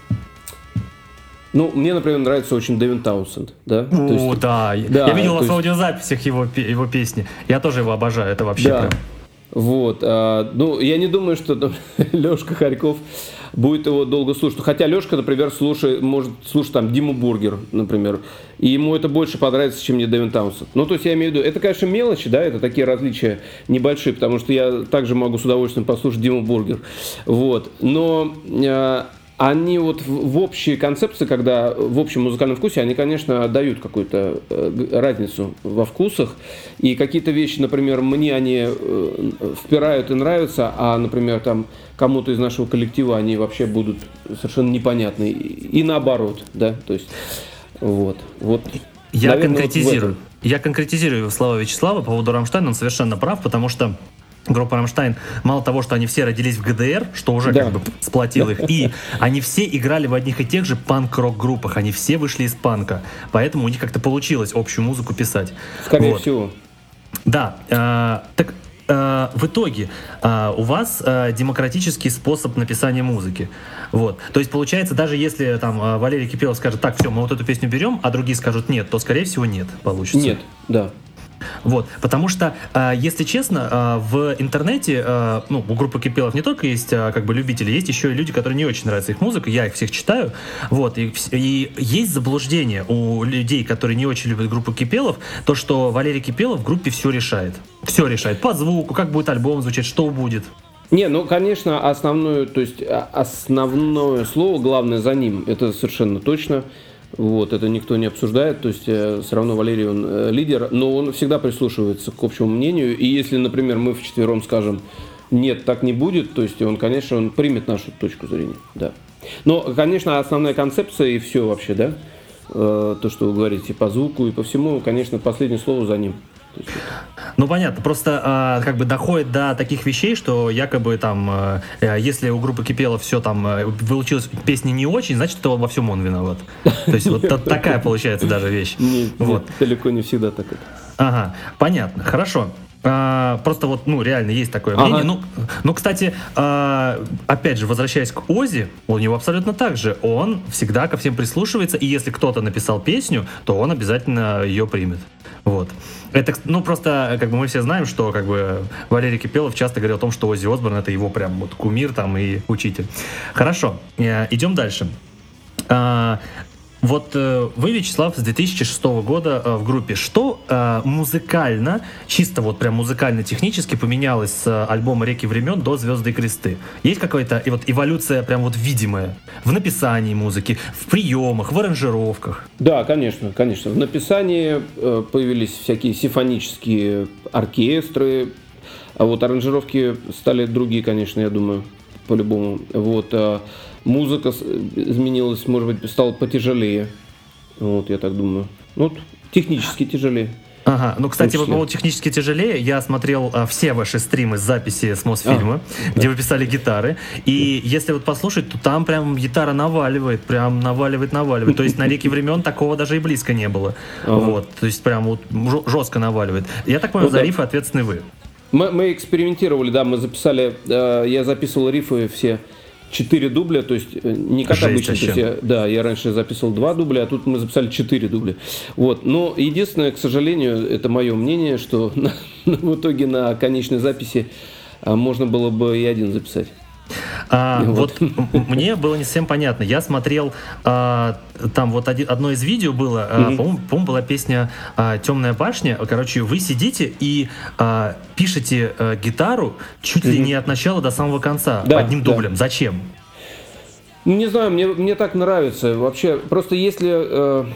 например, нравится очень Дэвин Таунсенд, да? Да. Я видел у вас в аудиозаписях его песни. Я тоже его обожаю, это вообще прям... Вот. Я не думаю, что Лёшка Хорьков будет его долго слушать. Хотя Лёшка, например, может слушать там Диму Бургер, например. И ему это больше понравится, чем мне Дэвин Таунсенд. Ну, то есть я имею в виду, это, конечно, мелочи, да, это такие различия небольшие, потому что я также могу с удовольствием послушать Диму Бургер. Вот. Но они вот в общей концепции, когда в общем музыкальном вкусе, они, конечно, дают какую-то разницу во вкусах. И какие-то вещи, например, мне они впирают и нравятся, а, например, там кому-то из нашего коллектива они вообще будут совершенно непонятны. И наоборот, да, то есть вот. Я конкретизирую слова Вячеслава по поводу «Рамштайна», он совершенно прав, потому что группа «Рамштайн», мало того, что они все родились в ГДР, что уже как бы сплотило их, и они все играли в одних и тех же панк-рок группах, они все вышли из панка, поэтому у них как-то получилось общую музыку писать. Скорее всего. Да, в итоге у вас демократический способ написания музыки. Вот. То есть получается, даже если там Валерий Кипелов скажет, так, все, мы вот эту песню берем, а другие скажут нет, то скорее всего нет получится. Нет, да. Вот, потому что, если честно, в интернете, у группы Кипелов не только есть как бы любители, есть еще и люди, которые не очень нравятся их музыка, я их всех читаю, вот, и есть заблуждение у людей, которые не очень любят группу Кипелов, то, что Валерий Кипелов в группе все решает, по звуку, как будет альбом звучать, что будет. Не, ну, конечно, основное слово, главное за ним, это совершенно точно. Вот, это никто не обсуждает, то есть все равно Валерий, он лидер, но он всегда прислушивается к общему мнению, и если, например, мы вчетвером скажем, нет, так не будет, то есть он, конечно, он примет нашу точку зрения, да. Но, конечно, основная концепция и все вообще, да, то, что вы говорите, по звуку и по всему, конечно, последнее слово за ним. Ну, понятно, просто как бы доходит до таких вещей, что якобы там, если у группы Кипелов все там получилось песни не очень, значит, то во всем он виноват. То есть вот такая получается даже вещь. Нет, далеко не всегда так это. Ага, понятно, хорошо. Просто вот, реально есть такое мнение. Ну, кстати, опять же, возвращаясь к Оззи, у него абсолютно так же. Он всегда ко всем прислушивается, и если кто-то написал песню, то он обязательно ее примет. Вот. Это, просто, как бы мы все знаем, что, как бы, Валерий Кипелов часто говорил о том, что Оззи Осборн — это его прям вот кумир там и учитель. Хорошо, идем дальше. Вот вы, Вячеслав, с 2006 года в группе. Что музыкально, чисто вот прям музыкально-технически поменялось с альбома «Реки времен» до «Звезды и кресты»? Есть какая-то эволюция прям вот видимая в написании музыки, в приемах, в аранжировках? Да, конечно. В написании появились всякие симфонические оркестры, а вот аранжировки стали другие, конечно, я думаю, по-любому. Вот, музыка изменилась, может быть, стала потяжелее. Вот, я так думаю. Технически тяжелее. Ага, кстати, по поводу технически тяжелее, я смотрел все ваши стримы с записи с Мосфильма, где вы писали гитары, и если вот послушать, то там прям гитара наваливает. То есть на «Реке времен» такого даже и близко не было. Вот, то есть прям вот жестко наваливает. Я так понимаю, за рифы ответственны вы. Мы экспериментировали, да, я записывал рифы все 4 дубля, то есть не как обычно. То есть я раньше записывал 2 дубля, а тут мы записали 4 дубля. Вот. Но единственное, к сожалению, это мое мнение, что в итоге на конечной записи можно было бы и 1 записать. Вот мне было не совсем понятно. Я смотрел, там вот одно из видео было, по-моему, была песня «Темная башня». Короче, вы сидите и пишете гитару чуть ли не от начала до самого конца, одним дублем. Зачем? Не знаю, мне так нравится. Вообще, просто если...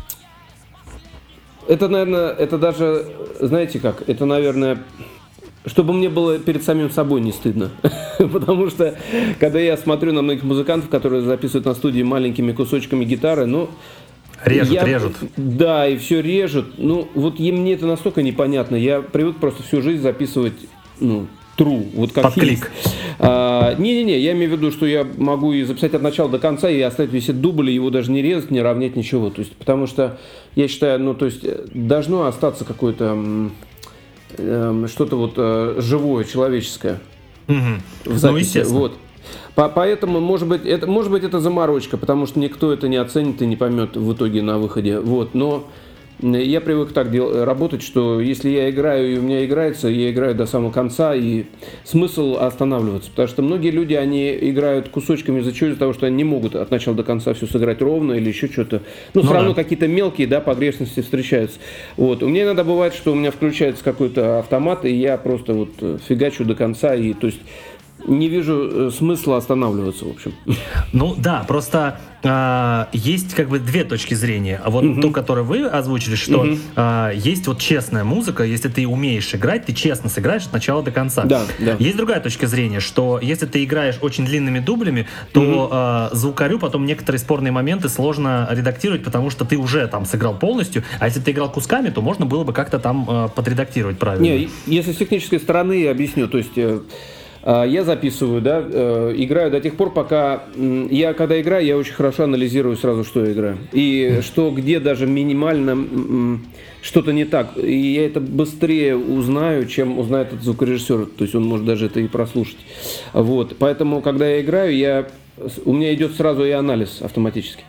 Это, наверное, это даже, знаете как, это, наверное... Чтобы мне было перед самим собой не стыдно. Потому что, когда я смотрю на многих музыкантов, которые записывают на студии маленькими кусочками гитары, режут. Да, и все режут. Вот мне это настолько непонятно. Я привык просто всю жизнь записывать, true, вот как под клик. Не-не-не, я имею в виду, что я могу и записать от начала до конца, и оставить весь этот дубль, и его даже не резать, не равнять, ничего. То есть, потому что, я считаю, должно остаться какое-то... что-то вот живое, человеческое в записи. Вот. Поэтому, может быть, это заморочка, потому что никто это не оценит и не поймет в итоге на выходе. Вот. Но я привык так работать, что если я играю, и у меня играется, я играю до самого конца, и смысл останавливаться. Потому что многие люди, они играют кусочками из-за того, что они не могут от начала до конца все сыграть ровно или еще что-то. Все равно какие-то мелкие, погрешности встречаются. Вот. У меня иногда бывает, что у меня включается какой-то автомат, и я просто вот фигачу до конца, и то есть не вижу смысла останавливаться, в общем. Просто есть как бы 2 точки зрения. А вот ту, которую вы озвучили, что есть вот честная музыка, если ты умеешь играть, ты честно сыграешь от начала до конца. Да. Есть другая точка зрения, что если ты играешь очень длинными дублями, то звукарю потом некоторые спорные моменты сложно редактировать, потому что ты уже там сыграл полностью, а если ты играл кусками, то можно было бы как-то там подредактировать правильно. Не, если с технической стороны, я объясню, то есть... Я записываю, играю до тех пор, пока... Когда играю, я очень хорошо анализирую сразу, что я играю. И где даже минимально что-то не так. И я это быстрее узнаю, чем узнает этот звукорежиссер. То есть он может даже это и прослушать. Вот. Поэтому, когда я играю, у меня идет сразу и анализ автоматически.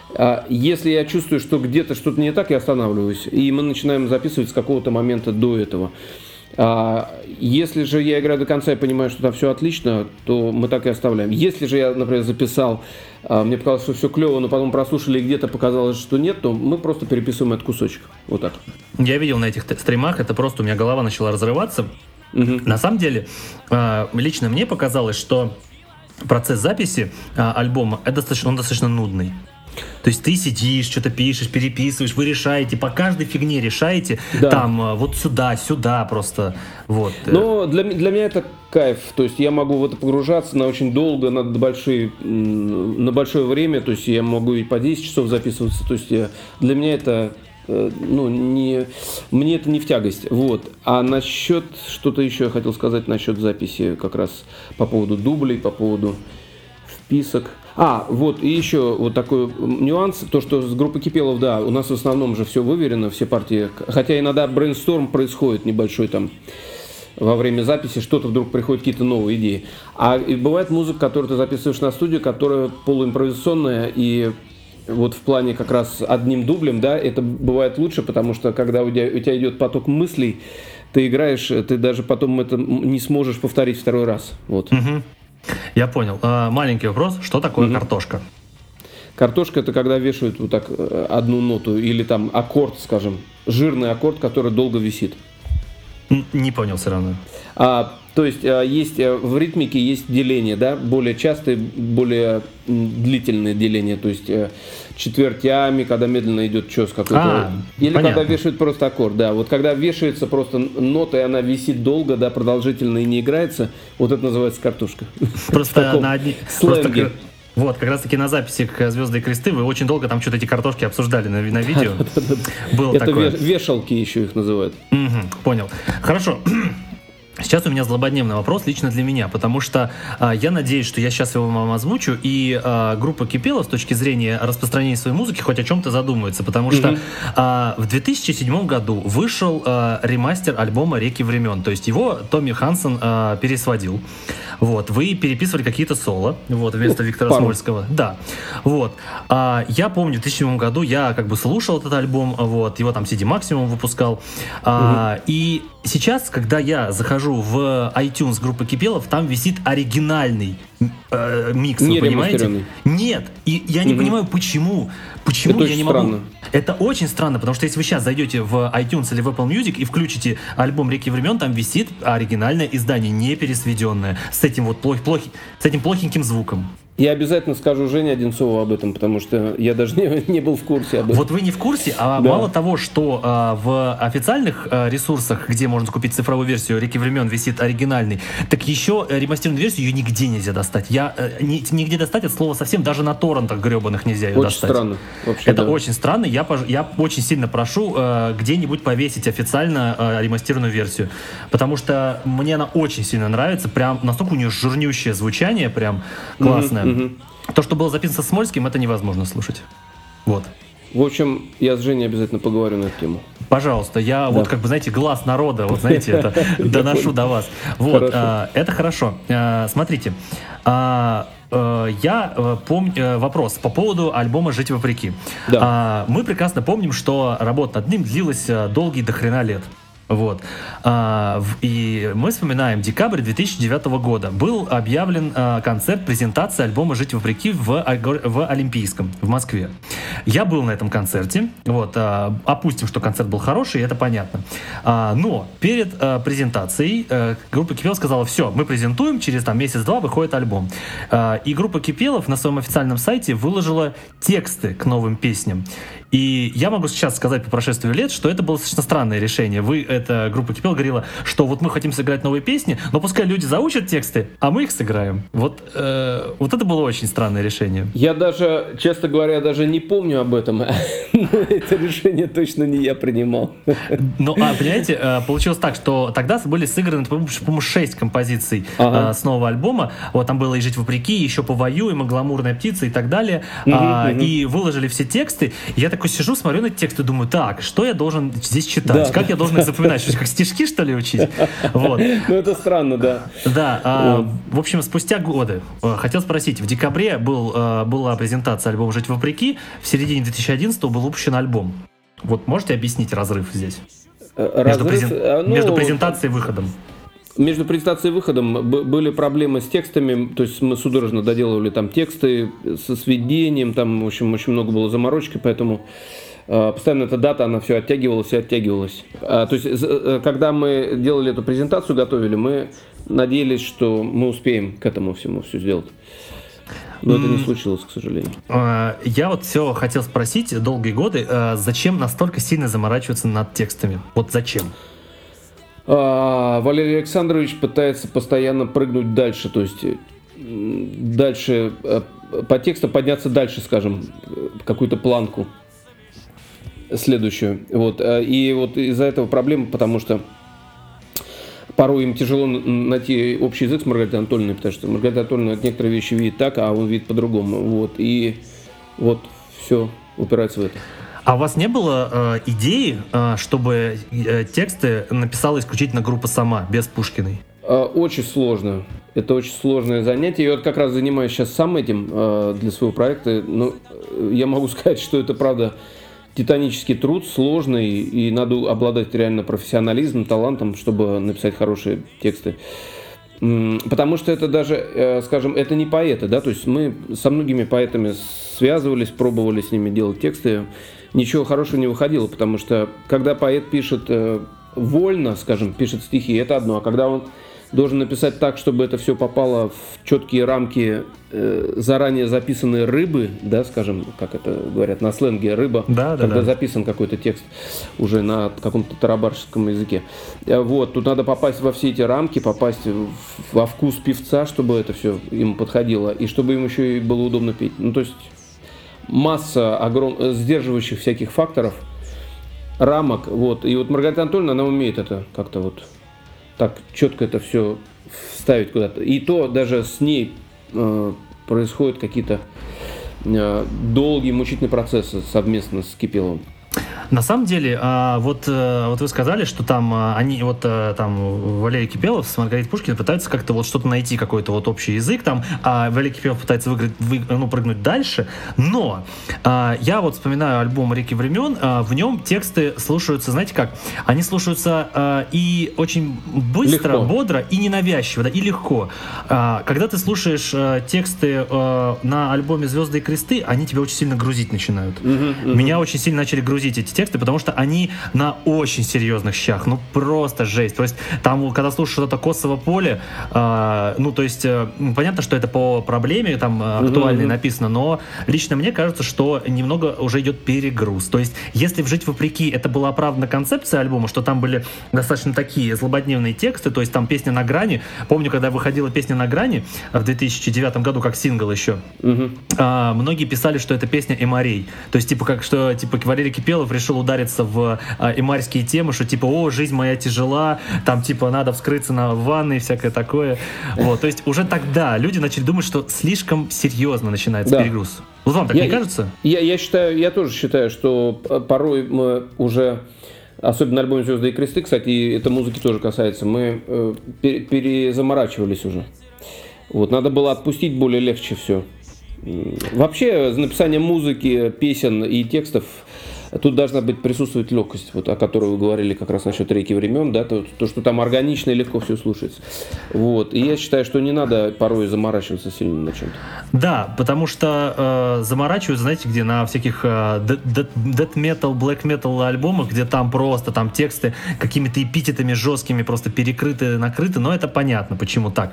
Если я чувствую, что где-то что-то не так, я останавливаюсь. И мы начинаем записывать с какого-то момента до этого. Если же я играю до конца и понимаю, что там все отлично, то мы так и оставляем. Если же я, например, записал, мне показалось, что все клево, но потом прослушали и где-то показалось, что нет, то мы просто переписываем этот кусочек. Вот так. Я видел на этих стримах, это просто у меня голова начала разрываться. На самом деле, лично мне показалось, что процесс записи альбома он достаточно нудный. То есть ты сидишь, что-то пишешь, переписываешь, вы решаете, по каждой фигне решаете, да. Там вот сюда просто, вот. Но для меня это кайф, то есть я могу в это погружаться на очень долго, на большое время, то есть я могу и по 10 часов записываться, то есть для меня это, мне это не в тягость, вот. А насчет, что-то еще я хотел сказать насчет записи, как раз по поводу дублей, по поводу вписок. Вот, и еще вот такой нюанс, то, что с группой Кипелов, да, у нас в основном же все выверено, все партии, хотя иногда брейнсторм происходит небольшой там, во время записи что-то вдруг приходят какие-то новые идеи. И бывает музыка, которую ты записываешь на студию, которая полуимпровизационная, и вот в плане как раз одним дублем, да, это бывает лучше, потому что когда у тебя идет поток мыслей, ты играешь, ты даже потом это не сможешь повторить второй раз, вот. Я понял. Маленький вопрос. Что такое картошка? Картошка — это когда вешают вот так одну ноту или там аккорд, скажем, жирный аккорд, который долго висит. Не понял все равно. То есть есть в ритмике есть деление, да, более частые, более длительные деления, то есть четвертями, когда медленно идет чёс какой-то. Или понятно. Когда вешают просто аккорд, да. Вот когда вешается просто нота, и она висит долго, да, продолжительно и не играется, вот это называется картошка. Просто на одни... сленге. Вот, как раз таки на записи к «Звезды и кресты» вы очень долго там что-то эти картошки обсуждали на видео. Это вешалки еще их называют. Понял. Хорошо. Сейчас у меня злободневный вопрос лично для меня, потому что я надеюсь, что я сейчас его вам озвучу, и группа Кипелов с точки зрения распространения своей музыки хоть о чем-то задумается, потому что в 2007 году вышел ремастер альбома «Реки времен», то есть его Томми Хансен пересводил. Вот, вы переписывали какие-то соло, вот, вместо Виктора Смольского. Да, вот. Я помню, в 2007 году я как бы слушал этот альбом, вот, его там CD Maximum выпускал, и сейчас, когда я захожу в iTunes группы Кипелов, там висит оригинальный микс, вы понимаете? Нет, и я не понимаю, почему это я не могу. Странно. Это очень странно, потому что если вы сейчас зайдете в iTunes или в Apple Music и включите альбом «Реки времен», там висит оригинальное издание, не пересведенное, с этим вот плохеньким звуком. Я обязательно скажу Жене Одинцову об этом, потому что я даже не был в курсе об этом. Вот вы не в курсе, да. Мало того, что в официальных ресурсах, где можно купить цифровую версию «Реки времен», висит оригинальный, так еще ремастерированную версию ее нигде нельзя достать. Нигде достать от слова совсем, даже на торрентах гребаных нельзя ее достать. Очень странно. Вообще, это очень странно. Я очень сильно прошу где-нибудь повесить официально ремастерированную версию, потому что мне она очень сильно нравится. Прям настолько у нее жирнющее звучание, прям классное. То, что было записано с Смольским, это невозможно слушать. Вот. В общем, я с Женей обязательно поговорю на эту тему. Пожалуйста, я вот как бы, знаете, глаз народа, вот знаете, это доношу до вас. Вот, это хорошо. Смотрите, я помню вопрос по поводу альбома «Жить вопреки». Да. Мы прекрасно помним, что работа над ним длилась долгие до хрена лет. Вот. И мы вспоминаем декабрь 2009 года. Был объявлен концерт презентации альбома «Жить вопреки» в Олимпийском, в Москве. Я был на этом концерте. Вот. Опустим, что концерт был хороший, это понятно. Но перед презентацией группа Кипелов сказала: все, мы презентуем, через месяц-два выходит альбом. И группа Кипелов на своем официальном сайте выложила тексты к новым песням. И я могу сейчас сказать по прошествию лет, что это было достаточно странное решение. Эта группа Кипелов говорила, что вот мы хотим сыграть новые песни, но пускай люди заучат тексты, а мы их сыграем. Вот это было очень странное решение. Я даже, честно говоря, даже не помню помню об этом. Это решение точно не я принимал. Ну, понимаете, получилось так, что тогда были сыграны, по-моему, 6 композиций с нового альбома. Вот там было «И жить вопреки», еще «Повоюем», и «Гламурная птица» и так далее. И выложили все тексты. И я такой сижу, смотрю на эти тексты, думаю, так, что я должен здесь читать? Да. Как я должен их запоминать? Что, как стишки, что ли, учить? Вот. Ну, это странно, да. Да. В общем, спустя годы, хотел спросить, в декабре была презентация альбома «Жить вопреки», в середине 2011-го был выпущен альбом. Вот можете объяснить разрыв здесь? Между презентацией и выходом. Между презентацией и выходом были проблемы с текстами, то есть мы судорожно доделывали там тексты со сведением, там, в общем, очень много было заморочки, поэтому постоянно эта дата, она все оттягивалась и оттягивалась. То есть, когда мы делали эту презентацию, готовили, мы надеялись, что мы успеем к этому всему все сделать. Но это не случилось, к сожалению. Я вот все хотел спросить долгие годы, зачем настолько сильно заморачиваться над текстами? Вот зачем? Валерий Александрович пытается постоянно прыгнуть дальше, то есть дальше, по тексту подняться дальше, скажем, какую-то планку следующую. Вот. И вот из-за этого проблема, потому что порой им тяжело найти общий язык с Маргаритой Анатольевной, потому что Маргарита Анатольевна некоторые вещи видит так, а он видит по-другому. Вот. И вот все упирается в это. А у вас не было идеи, чтобы тексты написала исключительно группа сама, без Пушкиной? Очень сложно. Это очень сложное занятие. Я вот как раз занимаюсь сейчас сам этим для своего проекта. Но я могу сказать, что это, правда, титанический труд, сложный, и надо обладать реально профессионализмом, талантом, чтобы написать хорошие тексты. Потому что это даже, скажем, это не поэты, да, то есть мы со многими поэтами связывались, пробовали с ними делать тексты, ничего хорошего не выходило, потому что когда поэт пишет вольно, скажем, пишет стихи, это одно, а когда он должен написать так, чтобы это все попало в четкие рамки заранее записанные рыбы, да, скажем, как это говорят на сленге, рыба, когда записан какой-то текст уже на каком-то тарабарщическом языке. Вот, тут надо попасть во все эти рамки, попасть во вкус певца, чтобы это все ему подходило, и чтобы ему еще и было удобно петь. Ну, то есть масса сдерживающих всяких факторов, рамок, вот. И вот Маргарита Анатольевна, она умеет это как-то вот так четко это все вставить куда-то. И то даже с ней происходят какие-то долгие мучительные процессы совместно с Кипеловым. На самом деле, вот вы сказали, что там они, вот там Валерий Кипелов с Маргаритой Пушкиной пытаются как-то вот что-то найти, какой-то вот общий язык, там, а Валерий Кипелов пытается прыгнуть дальше, но я вот вспоминаю альбом «Реки времен», в нем тексты слушаются, знаете как, они слушаются и очень быстро, легко, бодро и ненавязчиво, да, и легко. Когда ты слушаешь тексты на альбоме «Звезды и кресты», они тебя очень сильно грузить начинают. Меня очень сильно начали грузить эти тексты, потому что они на очень серьезных щах, ну просто жесть. То есть там, когда слушаешь что-то «Косово поле», ну то есть понятно, что это по проблеме там актуальной написано, но лично мне кажется, что немного уже идет перегруз. То есть если в «Жить вопреки» это была оправдана концепция альбома, что там были достаточно такие злободневные тексты, то есть там песня «На грани». Помню, когда выходила песня «На грани» в 2009 году как сингл еще, многие писали, что это песня эморей. То есть типа как что типа Валерий Кипелов решил удариться в эмарьские темы, что типа, о, жизнь моя тяжела, там типа надо вскрыться в ванной и всякое такое. Вот, то есть уже тогда люди начали думать, что слишком серьезно начинается перегруз. Вот вам так не кажется? Я тоже считаю, что порой мы уже, особенно на альбоме «Звезды и кресты», кстати, это музыки тоже касается, мы перезаморачивались уже. Вот, надо было отпустить более легче все. Вообще, написание музыки, песен и текстов, тут должна присутствовать легкость, вот, о которой вы говорили как раз насчет «Реки времен», да, то, что там органично и легко все слушается. Вот. И я считаю, что не надо порой заморачиваться сильно на чем-то. Да, потому что заморачиваются, знаете, где на всяких death metal, black metal альбомах, где там просто там тексты какими-то эпитетами жесткими просто перекрыты, накрыты, но это понятно, почему так.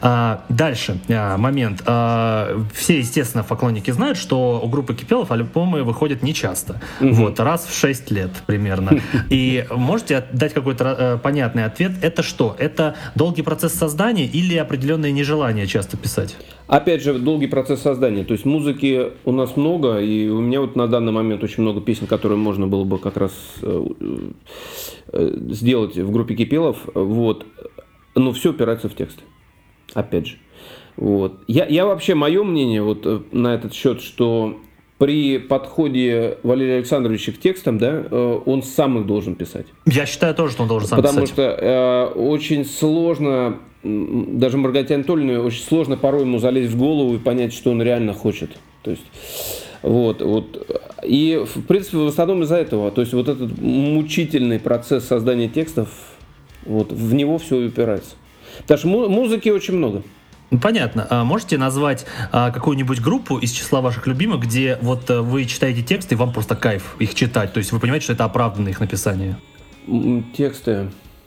Дальше момент. Все, естественно, поклонники знают, что у группы Кипелов альбомы выходят нечасто. Вот, раз в 6 лет примерно. И можете дать какой-то понятный ответ? Это что? Это долгий процесс создания или определенное нежелание часто писать? Опять же, долгий процесс создания. То есть музыки у нас много, и у меня вот на данный момент очень много песен, которые можно было бы как раз сделать в группе Кипелов. Вот. Но все упирается в текст. Опять же. Вот. Я вообще, мое мнение вот на этот счет, что при подходе Валерия Александровича к текстам, да, он сам их должен писать. Я считаю тоже, что он должен сам Потому писать. Потому что очень сложно, даже Маргарите Анатольевне очень сложно порой ему залезть в голову и понять, что он реально хочет. То есть, вот. И, в принципе, в основном из-за этого. То есть, вот этот мучительный процесс создания текстов, вот, в него все упирается. Потому что музыки очень много. Понятно. Можете назвать какую-нибудь группу из числа ваших любимых, где вот вы читаете тексты, и вам просто кайф их читать? То есть вы понимаете, что это оправданное их написание? Тексты.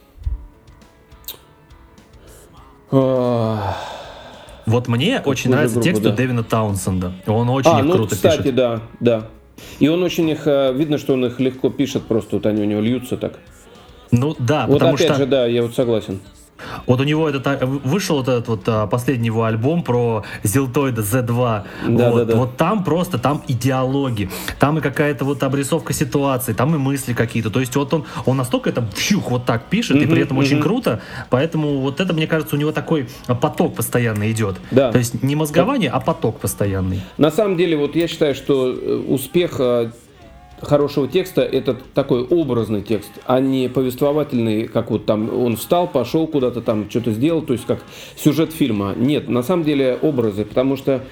Вот мне очень нравится текст у Дэвина Таунсенда. Он очень их круто кстати, пишет. Да. И он очень их, видно, что он их легко пишет, просто вот они у него льются так. Ну да, вот потому опять что... же, да, я вот согласен. Вот у него вышел вот этот вот последний его альбом про Зилтоида Z2. Да. Вот там просто, там и диалоги, там и какая-то вот обрисовка ситуации, там и мысли какие-то. То есть вот он настолько это вот так пишет, и при этом очень круто. Поэтому вот это, мне кажется, у него такой поток постоянно идет. Да. То есть не мозгование, а поток постоянный. На самом деле, вот я считаю, что успех хорошего текста — это такой образный текст, а не повествовательный, как вот там он встал, пошел куда-то там, что-то сделал, то есть как сюжет фильма. Нет, на самом деле образы, потому что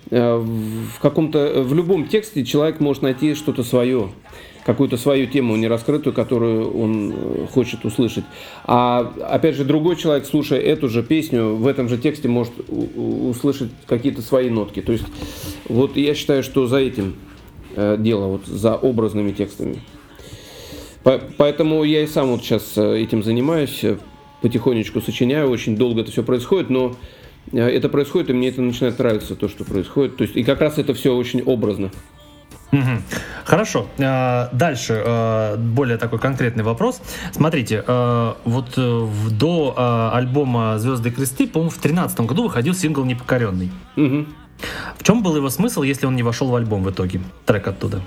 в любом тексте человек может найти что-то свое, какую-то свою тему нераскрытую, которую он хочет услышать. А опять же, другой человек, слушая эту же песню, в этом же тексте может услышать какие-то свои нотки. То есть вот я считаю, что за этим дело, вот за образными текстами. Поэтому я и сам вот сейчас этим занимаюсь, потихонечку сочиняю, очень долго это все происходит, но это происходит, и мне это начинает нравиться, то, что происходит. То есть, и как раз это все очень образно. Хорошо. Дальше более такой конкретный вопрос. Смотрите, вот до альбома «Звезды и кресты», по-моему, в 2013 году выходил сингл «Непокоренный». В чем был его смысл, если он не вошел в альбом в итоге, трек оттуда?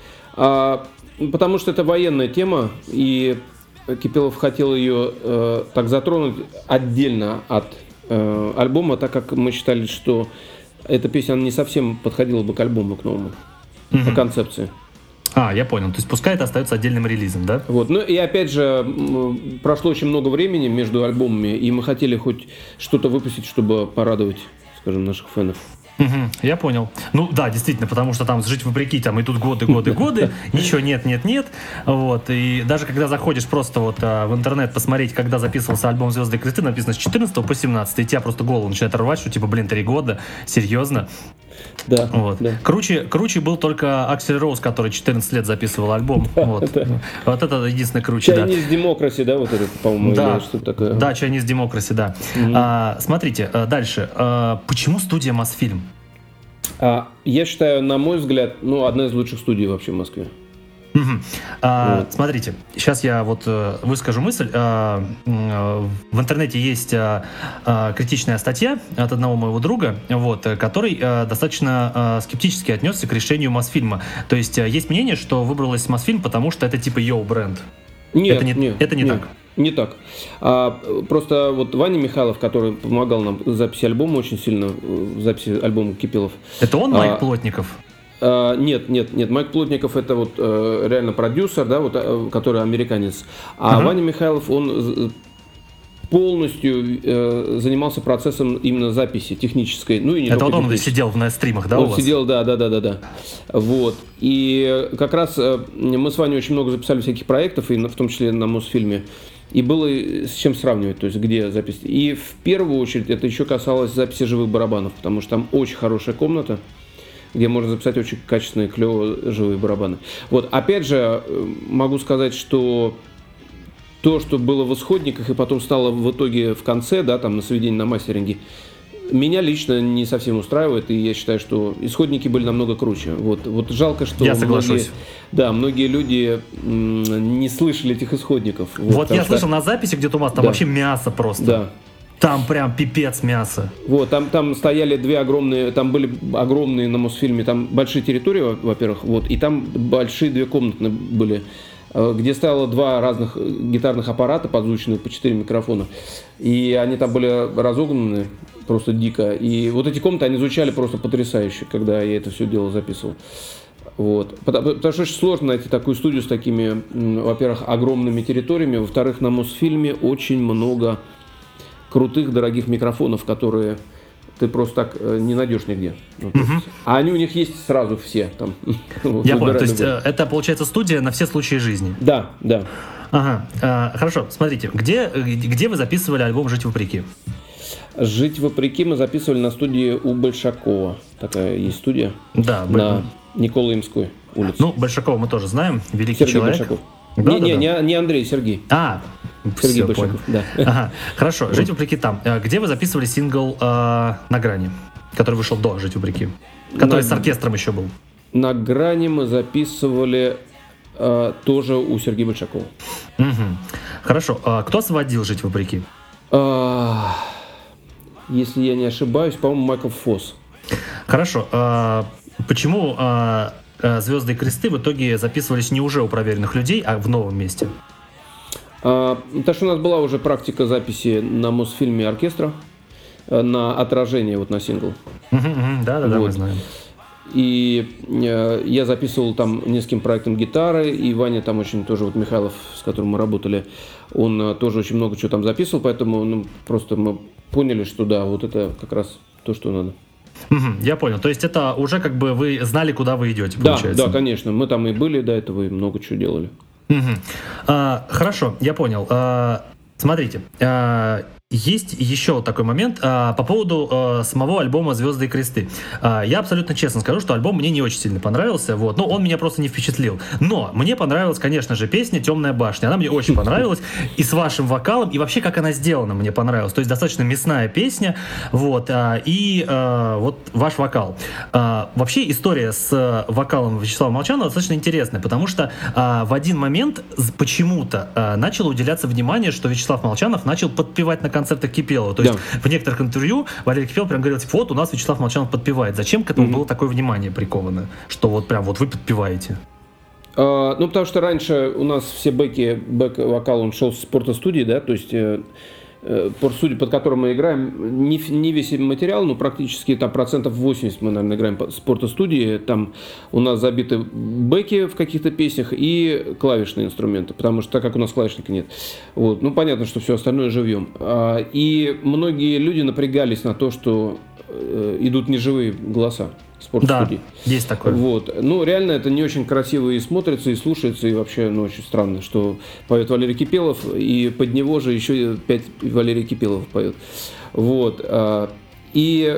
Потому что это военная тема, и Кипелов хотел ее так затронуть отдельно от альбома, так как мы считали, что эта песня не совсем подходила бы к альбому, к новому, по концепции. Я понял. То есть пускай это остается отдельным релизом, да? Вот. Ну и опять же, прошло очень много времени между альбомами, и мы хотели хоть что-то выпустить, чтобы порадовать, скажем, наших фэнов. Я понял. Ну да, действительно, потому что там жить вопреки, там идут годы, ничего нет. Вот. И даже когда заходишь просто вот в интернет посмотреть, когда записывался альбом «Звезды и кресты», написано с 14 по 17, и тебя просто голову начинает рвать, что типа, 3 года, серьезно. Да, вот. Да. Круче был только Аксель Роуз, который 14 лет записывал альбом. Вот это единственное круче. Chinese Democracy, да, вот это, по-моему, да, что такое. Да, Chinese Democracy, да. Смотрите, дальше. Почему студия Мосфильм? Я считаю, на мой взгляд, одна из лучших студий вообще в Москве. Смотрите, сейчас я вот выскажу мысль. В интернете есть критичная статья от одного моего друга, вот, который достаточно скептически отнесся к решению Мосфильма. То есть есть мнение, что выбралась Мосфильм, потому что это типа йоу-бренд. Нет, это не так. Не так. Просто вот Ваня Михайлов, который помогал нам в записи альбома очень сильно, в записи альбома Кипелов. Это он, Майк Плотников? Нет. Майк Плотников — это вот реально продюсер, да, вот, который американец. Ваня Михайлов, он полностью занимался процессом именно записи технической. Ну, и не это вот он сидел на стримах, да, у вас? Он сидел, да. Вот. И как раз мы с Ваней очень много записали всяких проектов, и в том числе на Мосфильме. И было с чем сравнивать, то есть где запись. И в первую очередь это еще касалось записи живых барабанов, потому что там очень хорошая комната, где можно записать очень качественные, клевые живые барабаны. Вот, опять же, могу сказать, что то, что было в исходниках и потом стало в итоге в конце, да, там на сведении, на мастеринге, Меня лично не совсем устраивает, и я считаю, что исходники были намного круче. Вот жалко, что я соглашусь. Многие люди не слышали этих исходников. Вот я слышал на записи где-то у вас, там вообще мясо просто. Да. Там прям пипец мясо. Вот, там стояли там были огромные на Мосфильме, там большие территории, во-первых, вот, и там большие 2 комнаты были, где стояло 2 разных гитарных аппарата, подзвученных по 4 микрофона, и они там были разогнаны просто дико, и вот эти комнаты, они звучали просто потрясающе, когда я это все дело записывал. Вот. Потому что очень сложно найти такую студию с такими, во-первых, огромными территориями, во-вторых, на Мосфильме очень много крутых, дорогих микрофонов, которые ты просто так не найдешь нигде. А они у них есть сразу все. Там, я понял, то есть это, получается, студия на все случаи жизни? Да. Ага, хорошо, смотрите, где вы записывали альбом «Жить вопреки»? «Жить вопреки» мы записывали на студии у Большакова. Такая есть студия. Да. На Николаемской улице. Ну, Большакова мы тоже знаем, великий Сергей человек. Большаков. Да, не Андрей, Сергей. Все, Сергей Большаков, понял. да. Ага, хорошо, «Жить вопреки» там. Где вы записывали сингл «На грани», который вышел до «Жить вопреки», который с оркестром еще был? «На грани» мы записывали тоже у Сергея Большакова. Угу. Хорошо, кто сводил «Жить вопреки»? Если я не ошибаюсь, по-моему, Майкл Фосс. Хорошо, почему «Звезды и кресты» в итоге записывались не уже у проверенных людей, а в новом месте? Потому что у нас была уже практика записи на Мосфильме оркестра на отражение, вот на сингл. Да, мы знаем. И я записывал там нескольким проектам гитары, и Ваня там очень тоже, вот Михайлов, с которым мы работали, он тоже очень много чего там записывал, поэтому просто мы поняли, что да, вот это как раз то, что надо. Я понял. То есть это уже как бы вы знали, куда вы идете, получается? Да, конечно. Мы там и были до этого, и много чего делали. Хорошо, я понял. Смотрите, есть еще такой момент по поводу самого альбома «Звезды и кресты». Я абсолютно честно скажу, что альбом мне не очень сильно понравился, вот, но он меня просто не впечатлил. Но мне понравилась, конечно же, песня «Темная башня». Она мне очень понравилась, и с вашим вокалом, и вообще, как она сделана, мне понравилась. То есть достаточно мясная песня, вот, и вот ваш вокал. Вообще история с вокалом Вячеслава Молчанова достаточно интересная, потому что в один момент почему-то начало уделяться внимание, что Вячеслав Молчанов начал подпевать на концертах Кипелова. То есть в некоторых интервью Валерий Кипелов прям говорил, типа, вот у нас Вячеслав Молчанов подпевает. Зачем к этому было такое внимание приковано, что вот прям вот вы подпеваете? Потому что раньше у нас все бэк-вокал, он шел с спортостудии, да, то есть спортстудии, под которым мы играем, не весь материал, но практически там 80% мы, наверное, играем по спортостудии. Там у нас забиты бэки в каких-то песнях и клавишные инструменты, потому что так как у нас клавишника нет. Вот. Ну, понятно, что все остальное живьем. И многие люди напрягались на то, что идут неживые голоса спортстудии. Да, есть такое. Вот. Ну, реально это не очень красиво и смотрится, и слушается, и вообще, очень странно, что поет Валерий Кипелов, и под него же еще 5 Валерий Кипелов поет. Вот. И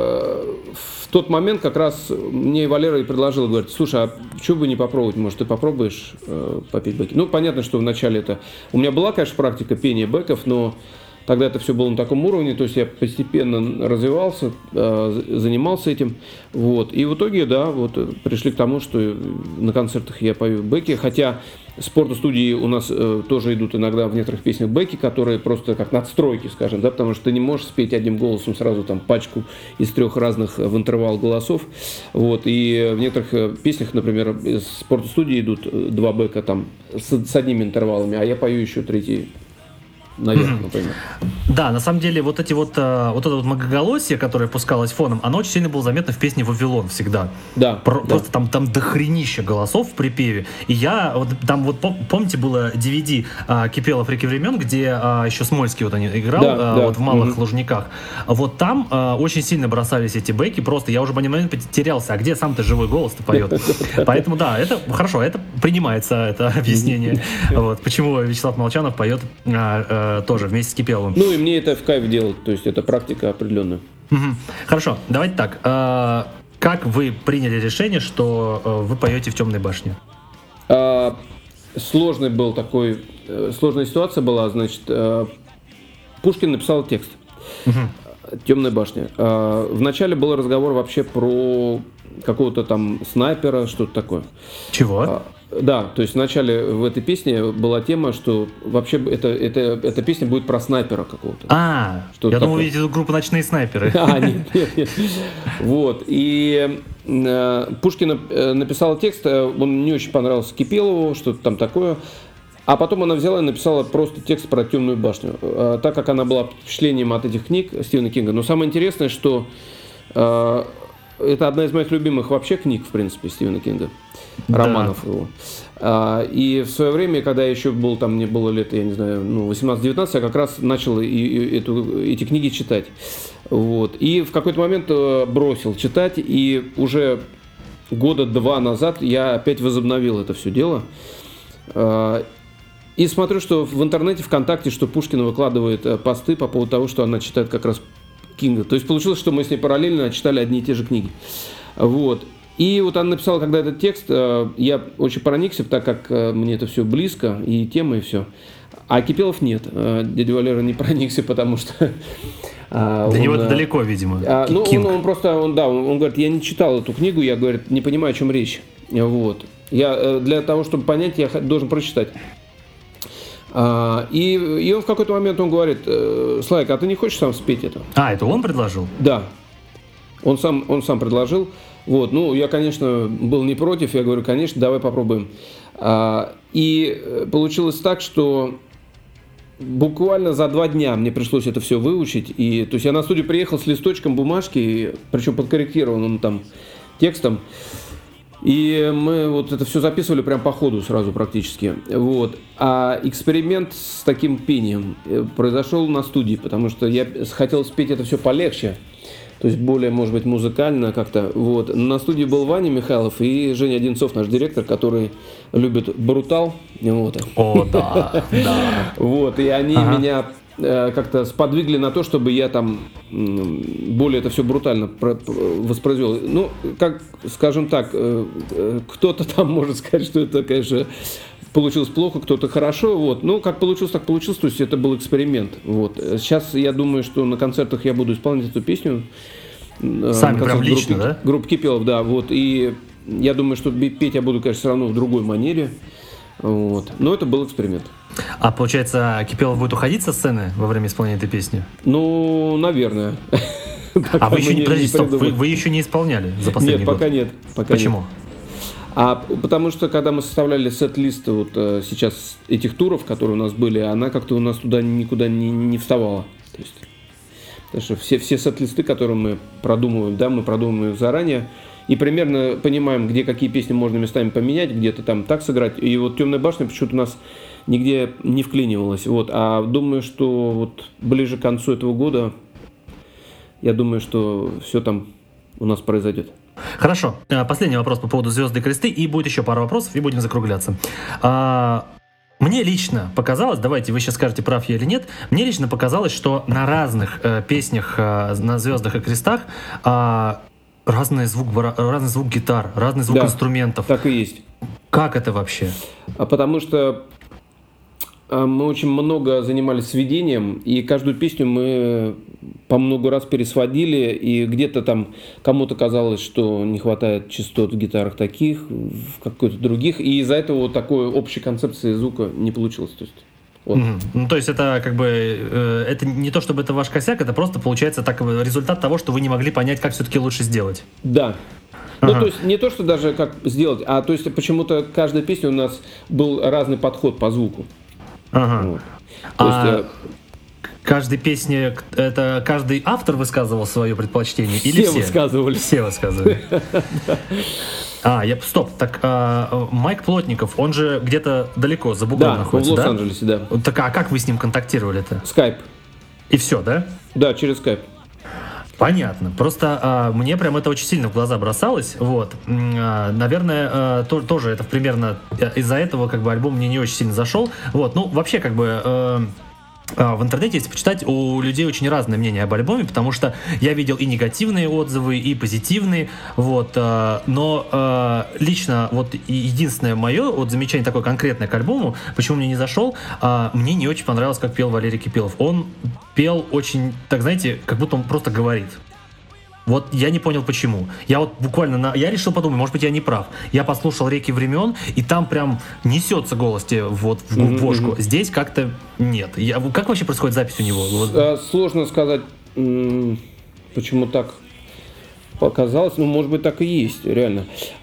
в тот момент как раз мне Валера и предложил, говорит, слушай, а что бы не попробовать, может, ты попробуешь попеть бэки? Ну, понятно, что вначале это... У меня была, конечно, практика пения бэков, но тогда это все было на таком уровне, то есть я постепенно развивался, занимался этим, вот. И в итоге, да, вот пришли к тому, что на концертах я пою бэки, хотя спортостудии у нас тоже идут иногда в некоторых песнях бэки, которые просто как надстройки, скажем, да, потому что ты не можешь спеть одним голосом сразу там пачку из 3 разных в интервал голосов, вот. И в некоторых песнях, например, из спортостудии идут 2 бэка там с одними интервалами, а я пою еще 3 наверх, например. Да, на самом деле вот это вот многоголосие, которое пускалось фоном, оно очень сильно было заметно в песне «Вавилон» всегда. Да. Просто там дохренища голосов в припеве. И я, помните, было DVD «Кипелов реки времен», где еще Смольский вот они играл, в «Малых Лужниках». Вот там очень сильно бросались эти бэки, просто я уже в один момент потерялся, а где сам-то живой голос-то поет? Поэтому да, это хорошо, это принимается, это объяснение. Вот, почему Вячеслав Молчанов поет тоже вместе с Кипеловым. Ну и мне это в кайф делать, то есть это практика определенная. Хорошо, давайте так. Как вы приняли решение, что вы поете в «Темной башне»? Сложная ситуация была, значит, Пушкин написал текст. «Темная башня». Вначале был разговор вообще про какого-то там снайпера, что-то такое. Чего? Да, то есть вначале в этой песне была тема, что вообще эта песня будет про снайпера какого-то. Я думал, видите эту группу «Ночные снайперы». Нет. Вот, и Пушкин написала текст, он не очень понравился Кипелову, что-то там такое. А потом она взяла и написала просто текст про «Темную башню», так как она была под впечатлением от этих книг Стивена Кинга. Но самое интересное, что это одна из моих любимых вообще книг, в принципе, Стивена Кинга, романов его. И в свое время, когда я еще был, там мне было лет, я не знаю, 18-19, я как раз начал эти книги читать. Вот. И в какой-то момент бросил читать, и уже года 2 назад я опять возобновил это все дело. И смотрю, что в интернете, ВКонтакте, что Пушкина выкладывает посты по поводу того, что она читает как раз Кинга. То есть получилось, что мы с ней параллельно читали одни и те же книги. Вот. И вот она написала, когда этот текст, я очень проникся, так как мне это все близко, и тема, и все. А Кипелов нет. Дядя Валера не проникся, потому что... Для него это далеко, видимо. Он говорит, я не читал эту книгу, я, говорит, не понимаю, о чем речь. Вот. Для того, чтобы понять, я должен прочитать. И он в какой-то момент он говорит: Славик, а ты не хочешь сам спеть это? Это он предложил? Да. Он сам предложил. Вот, я, конечно, был не против. Я говорю, конечно, давай попробуем. И получилось так, что буквально за 2 дня мне пришлось это все выучить. То есть я на студию приехал с листочком бумажки, причем подкорректированным там текстом. И мы вот это все записывали прям по ходу сразу практически. Вот. А эксперимент с таким пением произошел на студии, потому что я хотел спеть это все полегче, то есть более, может быть, музыкально как-то. Вот. На студии был Ваня Михайлов и Женя Одинцов, наш директор, который любит брутал. Вот. О, да. Вот. И они меня как-то сподвигли на то, чтобы я там более это все брутально воспроизвел. Как, скажем так, кто-то там может сказать, что это, конечно, получилось плохо, кто-то хорошо. Вот. Как получилось, так получилось. То есть это был эксперимент. Вот. Сейчас я думаю, что на концертах я буду исполнять эту песню. Сами прям лично, да? Группа Кипелов, да. Вот. И я думаю, что петь я буду, конечно, все равно в другой манере. Вот. Но это был эксперимент. А получается, Кипелов будет уходить со сцены во время исполнения этой песни? Наверное. Вы еще вы еще не исполняли за последний год? Нет, пока нет. Почему? Потому что, когда мы составляли сет-лист вот сейчас этих туров, которые у нас были, она как-то у нас туда никуда не вставала. То есть, потому что все сет-листы, которые мы продумываем, мы продумываем их заранее. И примерно понимаем, где какие песни можно местами поменять, где-то там так сыграть. И вот «Темная башня» почему-то у нас нигде не вклинивалась. Вот. А думаю, что вот ближе к концу этого года, я думаю, что все там у нас произойдет. Хорошо. Последний вопрос по поводу «Звезды и кресты». И будет еще пара вопросов, и будем закругляться. Мне лично показалось, давайте вы сейчас скажете, прав я или нет, мне лично показалось, что на разных песнях на «Звездах и крестах» разный звук гитар, разный звук инструментов. Так и есть. Как это вообще? Потому что мы очень много занимались сведением, и каждую песню мы по много раз пересводили, и где-то там кому-то казалось, что не хватает частот в гитарах таких, в каких-то других, и из-за этого вот такой общей концепции звука не получилось. То есть, вот. То есть это как бы это не то, чтобы это ваш косяк, это просто получается так, результат того, что вы не могли понять, как все-таки лучше сделать. Да. То есть не то, что даже как сделать, а то есть почему-то каждая песня у нас был разный подход по звуку. Вот. То есть, каждой песне это каждый автор высказывал свое предпочтение или все? Все высказывали. Стоп. Так Майк Плотников, он же где-то далеко за бугром находится, да? В Лос-Анджелесе, да. Так а как вы с ним контактировали-то? Скайп. И все, да? Да, через скайп. Понятно. Просто мне прям это очень сильно в глаза бросалось. Вот. Наверное, тоже это примерно из-за этого как бы альбом мне не очень сильно зашел. Вот. Вообще как бы в интернете, если почитать, у людей очень разное мнение об альбоме, потому что я видел и негативные отзывы, и позитивные, вот, но лично вот единственное мое вот замечание такое конкретное к альбому, почему мне не зашел, мне не очень понравилось, как пел Валерий Кипелов. Он пел очень, так знаете, как будто он просто говорит. Вот я не понял, почему. Я вот буквально, я решил подумать, может быть, я не прав. Я послушал «Реки времен», и там прям несется голос тебе вот в бошку. Здесь как-то нет. Как вообще происходит запись у него? Сложно сказать, почему так показалось. Ну, может быть, так и есть, реально.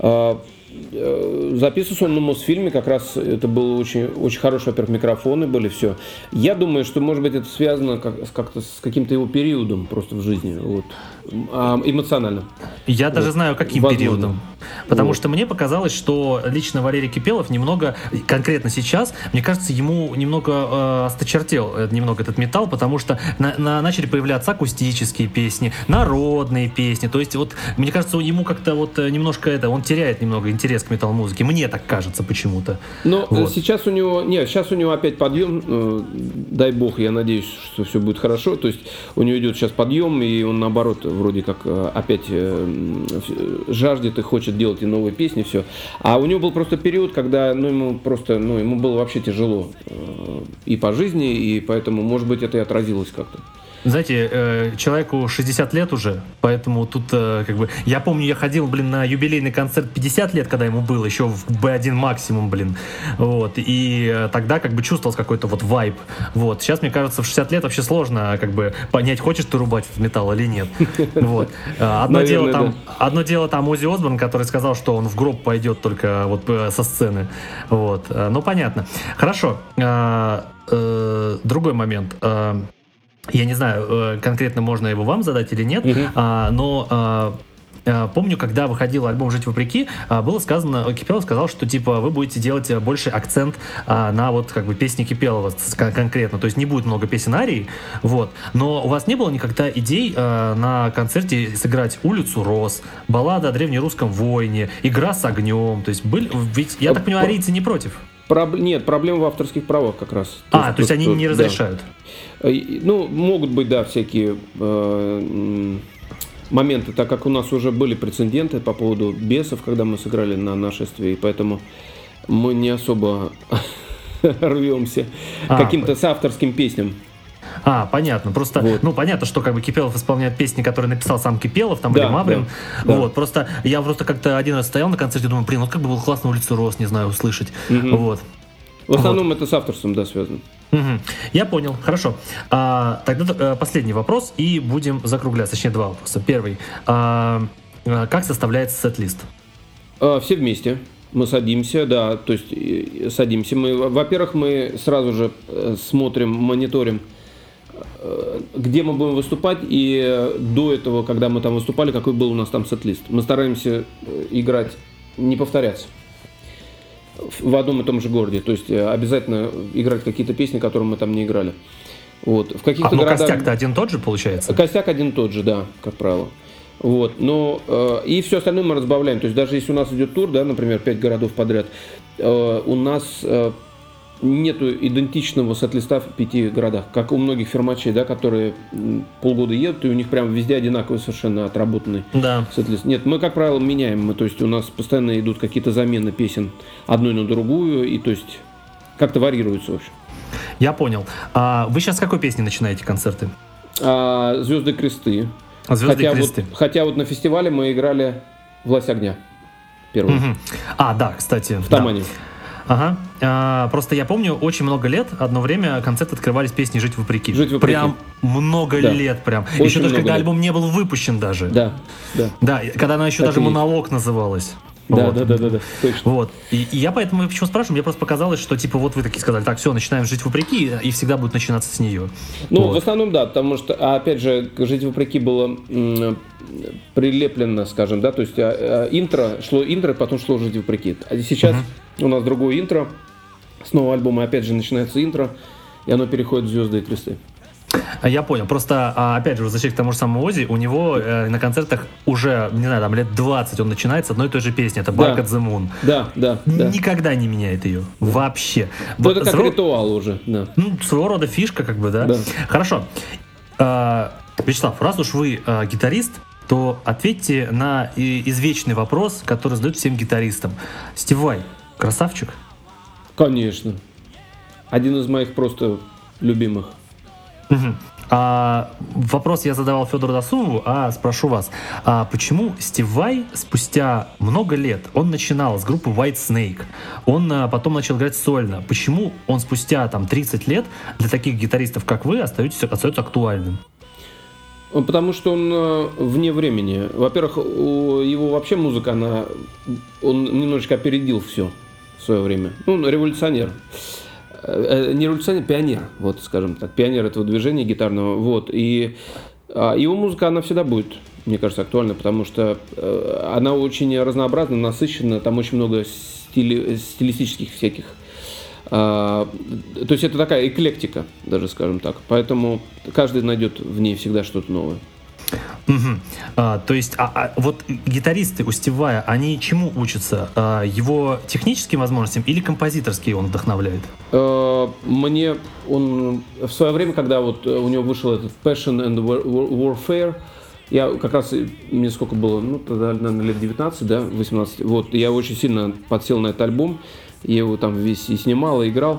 Записывался он на Мосфильме, как раз это было очень, очень хорошие, во-первых, микрофоны были, все. Я думаю, что, может быть, это связано как-то с каким-то его периодом просто в жизни, вот, эмоционально. Я даже знаю, каким периодом. Потому что мне показалось, что лично Валерий Кипелов немного, конкретно сейчас, мне кажется, ему немного осточертел немного этот металл, потому что начали появляться акустические песни, народные песни. То есть, вот, мне кажется, ему как-то вот немножко он теряет немного интерес к метал-музыке. Мне так кажется почему-то. Но вот. Сейчас у него опять подъем, дай бог, я надеюсь, что все будет хорошо. То есть у него идет сейчас подъем, и он наоборот вроде как опять жаждет и хочет делать и новые песни, все. А у него был просто период, когда ему было вообще тяжело и по жизни, и поэтому, может быть, это и отразилось как-то. Знаете, человеку 60 лет уже, поэтому тут как бы... Я помню, я ходил, на юбилейный концерт 50 лет, когда ему было, еще в B1 максимум, вот, и тогда как бы чувствовался какой-то вот вайб, вот. Сейчас, мне кажется, в 60 лет вообще сложно как бы понять, хочешь ты рубать этот металл или нет, вот. Одно дело там Оззи Осборн, который сказал, что он в гроб пойдет только вот со сцены, вот, ну, понятно. Хорошо, другой момент. Я не знаю, конкретно можно его вам задать или нет, но помню, когда выходил альбом «Жить вопреки», было сказано, Кипелов сказал, что типа вы будете делать больше акцент на вот как бы песни Кипелова конкретно, то есть не будет много песен арии, вот. Но у вас не было никогда идей на концерте сыграть «Улицу роз», баллада о древнерусском воине, «Игра с огнем», то есть ведь, я так понимаю, арийцы не против? Нет, проблема в авторских правах как раз. То есть они не разрешают? Да. Ну, могут быть, да, всякие моменты, так как у нас уже были прецеденты по поводу бесов, когда мы сыграли на нашествии, и поэтому мы не особо рвемся каким-то с авторским песням. Понятно. Просто, вот. Понятно, что как бы Кипелов исполняет песни, которые написал сам Кипелов, там, или Маврин. Да. Вот, просто я как-то один раз стоял на концерте, думаю, вот как бы было классно «Улицу роз», не знаю, услышать. Вот. В основном это с авторством, да, связано. Я понял, хорошо. Тогда последний вопрос, и будем закругляться. Точнее, два вопроса. Первый. Как составляется сет-лист? Все вместе. Мы садимся, да, то есть садимся. Во-первых, мы сразу же смотрим, мониторим, где мы будем выступать, и до этого, когда мы там выступали, какой был у нас там сет-лист. Мы стараемся играть, не повторяться в одном и том же городе, то есть обязательно играть какие-то песни, которые мы там не играли. Вот. В каких-то городах... костяк-то один тот же получается? Костяк один тот же, да, как правило. Вот. Но, и все остальное мы разбавляем. То есть даже если у нас идет тур, да, например, 5 городов подряд, у нас нету идентичного сет-листа в 5 городах, как у многих фирмачей, да, которые полгода едут, и у них прям везде одинаковый совершенно отработанный сет-лист. Нет, мы, как правило, меняем. То есть у нас постоянно идут какие-то замены песен одной на другую, и то есть как-то варьируется, в общем. Я понял. Вы сейчас с какой песни начинаете концерты? «Звезды и кресты». Хотя вот на фестивале мы играли «Власть огня» первый. Да, кстати. В Тамане. Ага. Просто я помню, очень много лет, одно время концерты открывались песней «Жить вопреки». Прям много лет прям. Очень еще даже когда лет. Альбом не был выпущен даже. Да, когда она еще так даже «Монолог» называлась. Да, точно. Вот. И я поэтому почему спрашиваю, мне просто показалось, что типа вот вы такие сказали, так, все, начинаем жить вопреки, и всегда будет начинаться с нее. В основном да, потому что, опять же, жить вопреки было прилеплено, скажем, да, то есть шло интро, потом шло жить вопреки. А сейчас у нас другое интро, с нового альбома опять же начинается интро, и оно переходит в «Звезды и кресты». Я понял. Просто, опять же, возвращаясь к тому же самому Оззи, у него на концертах уже, не знаю, там лет 20 он начинает с одной и той же песни. Это Bark at the Moon. Да. Никогда не меняет ее. Вообще. Ну, это как ритуал уже. Да. Ну, своего рода фишка, как бы, да? Хорошо. Вячеслав, раз уж вы гитарист, то ответьте на извечный вопрос, который задают всем гитаристам. Стив Vai красавчик? Конечно. Один из моих просто любимых. Вопрос я задавал Федору Досумову, спрошу вас. Почему Стив Vai спустя много лет, он начинал с группы White Snake, он потом начал играть сольно. Почему он спустя 30 лет для таких гитаристов, как вы, остается актуальным? Потому что он вне времени. Во-первых, его вообще музыка, он немножечко опередил все в свое время. Ну, он революционер. Не революционер, пионер, вот скажем так. Пионер этого движения гитарного. Вот. И его музыка, она всегда будет, мне кажется, актуальна, потому что она очень разнообразна, насыщенна. Там очень много стилистических всяких. То есть это такая эклектика, даже скажем так. Поэтому каждый найдет в ней всегда что-то новое. То есть вот гитаристы у Стив Vai, они чему учатся? Его техническим возможностям или композиторские он вдохновляет? Мне он в свое время, когда вот у него вышел этот Passion and Warfare, я как раз, мне сколько было, тогда, наверное, лет 19, да, 18, вот, я очень сильно подсел на этот альбом. Я его там весь и снимал, и играл.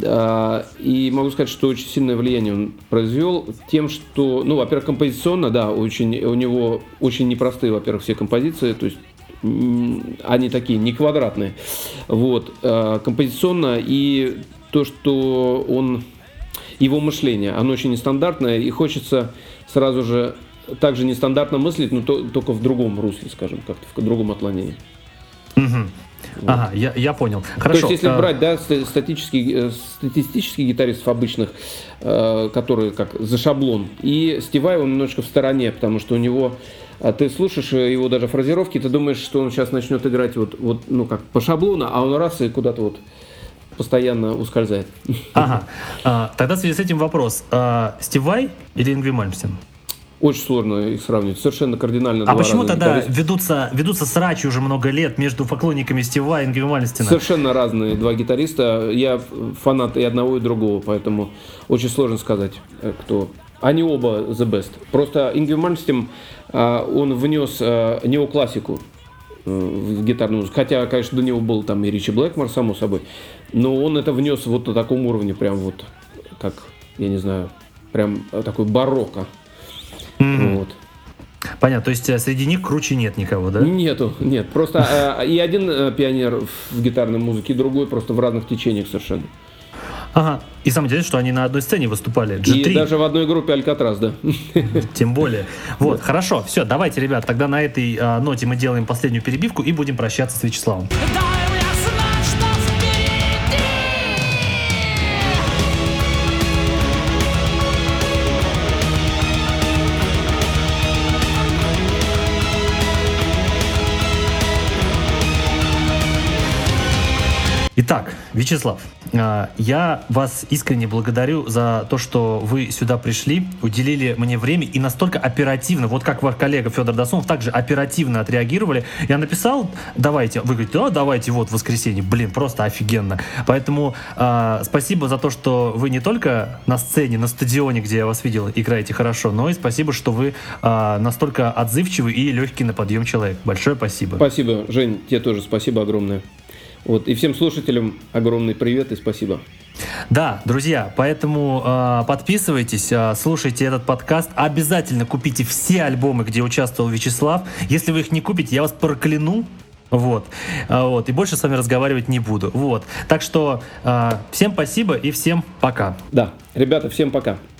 И могу сказать, что очень сильное влияние он произвел тем, что, во-первых, композиционно, да, у него очень непростые, во-первых, все композиции, то есть они такие, не квадратные. Вот. Композиционно и то, что его мышление, оно очень нестандартное, и хочется сразу же также нестандартно мыслить, но только в другом русле, скажем, как-то в другом отклонении. Вот. Ага, я понял. Хорошо. То есть, если брать, да, статистических гитаристов обычных, которые как за шаблон, и Стив Vai, он немножечко в стороне, потому что у него, ты слушаешь его даже фразировки, ты думаешь, что он сейчас начнет играть как по шаблону, а он раз и куда-то вот постоянно ускользает. Ага. Тогда в связи с этим вопрос. Стив Vai или Ингви Мальмстен? Очень сложно их сравнивать, совершенно кардинально. А почему тогда ведутся срачи уже много лет между поклонниками Стива Vai и Ингви Мальмстена? Совершенно разные два гитариста. Я фанат и одного, и другого, поэтому очень сложно сказать, кто. Они оба the best. Просто Ингви Мальмстен, он внес неоклассику в гитарную музыку. Хотя, конечно, до него был там и Ричи Блэкмор, само собой. Но он это внес вот на таком уровне, прям вот, как, я не знаю, прям такой барокко. Вот. Понятно, то есть среди них круче нет никого, да? Нет, просто и один пионер в гитарной музыке, и другой просто в разных течениях совершенно. Ага, и самое интересное, что они на одной сцене выступали, G3. И даже в одной группе Алькатрас, да. Тем более. Вот, хорошо, все, давайте, ребят, тогда на этой ноте мы делаем последнюю перебивку и будем прощаться с Вячеславом. Итак, Вячеслав, я вас искренне благодарю за то, что вы сюда пришли, уделили мне время и настолько оперативно, вот как ваш коллега Федор Досумов, также оперативно отреагировали. Я написал, давайте, вы говорите, давайте, вот, в воскресенье, просто офигенно. Поэтому спасибо за то, что вы не только на сцене, на стадионе, где я вас видел, играете хорошо, но и спасибо, что вы настолько отзывчивый и легкий на подъем человек. Большое спасибо. Спасибо, Жень, тебе тоже спасибо огромное. Вот, и всем слушателям огромный привет и спасибо. Да, друзья, поэтому подписывайтесь, слушайте этот подкаст. Обязательно купите все альбомы, где участвовал Вячеслав. Если вы их не купите, я вас прокляну. Вот. И больше с вами разговаривать не буду. Вот. Так что всем спасибо и всем пока. Да, ребята, всем пока.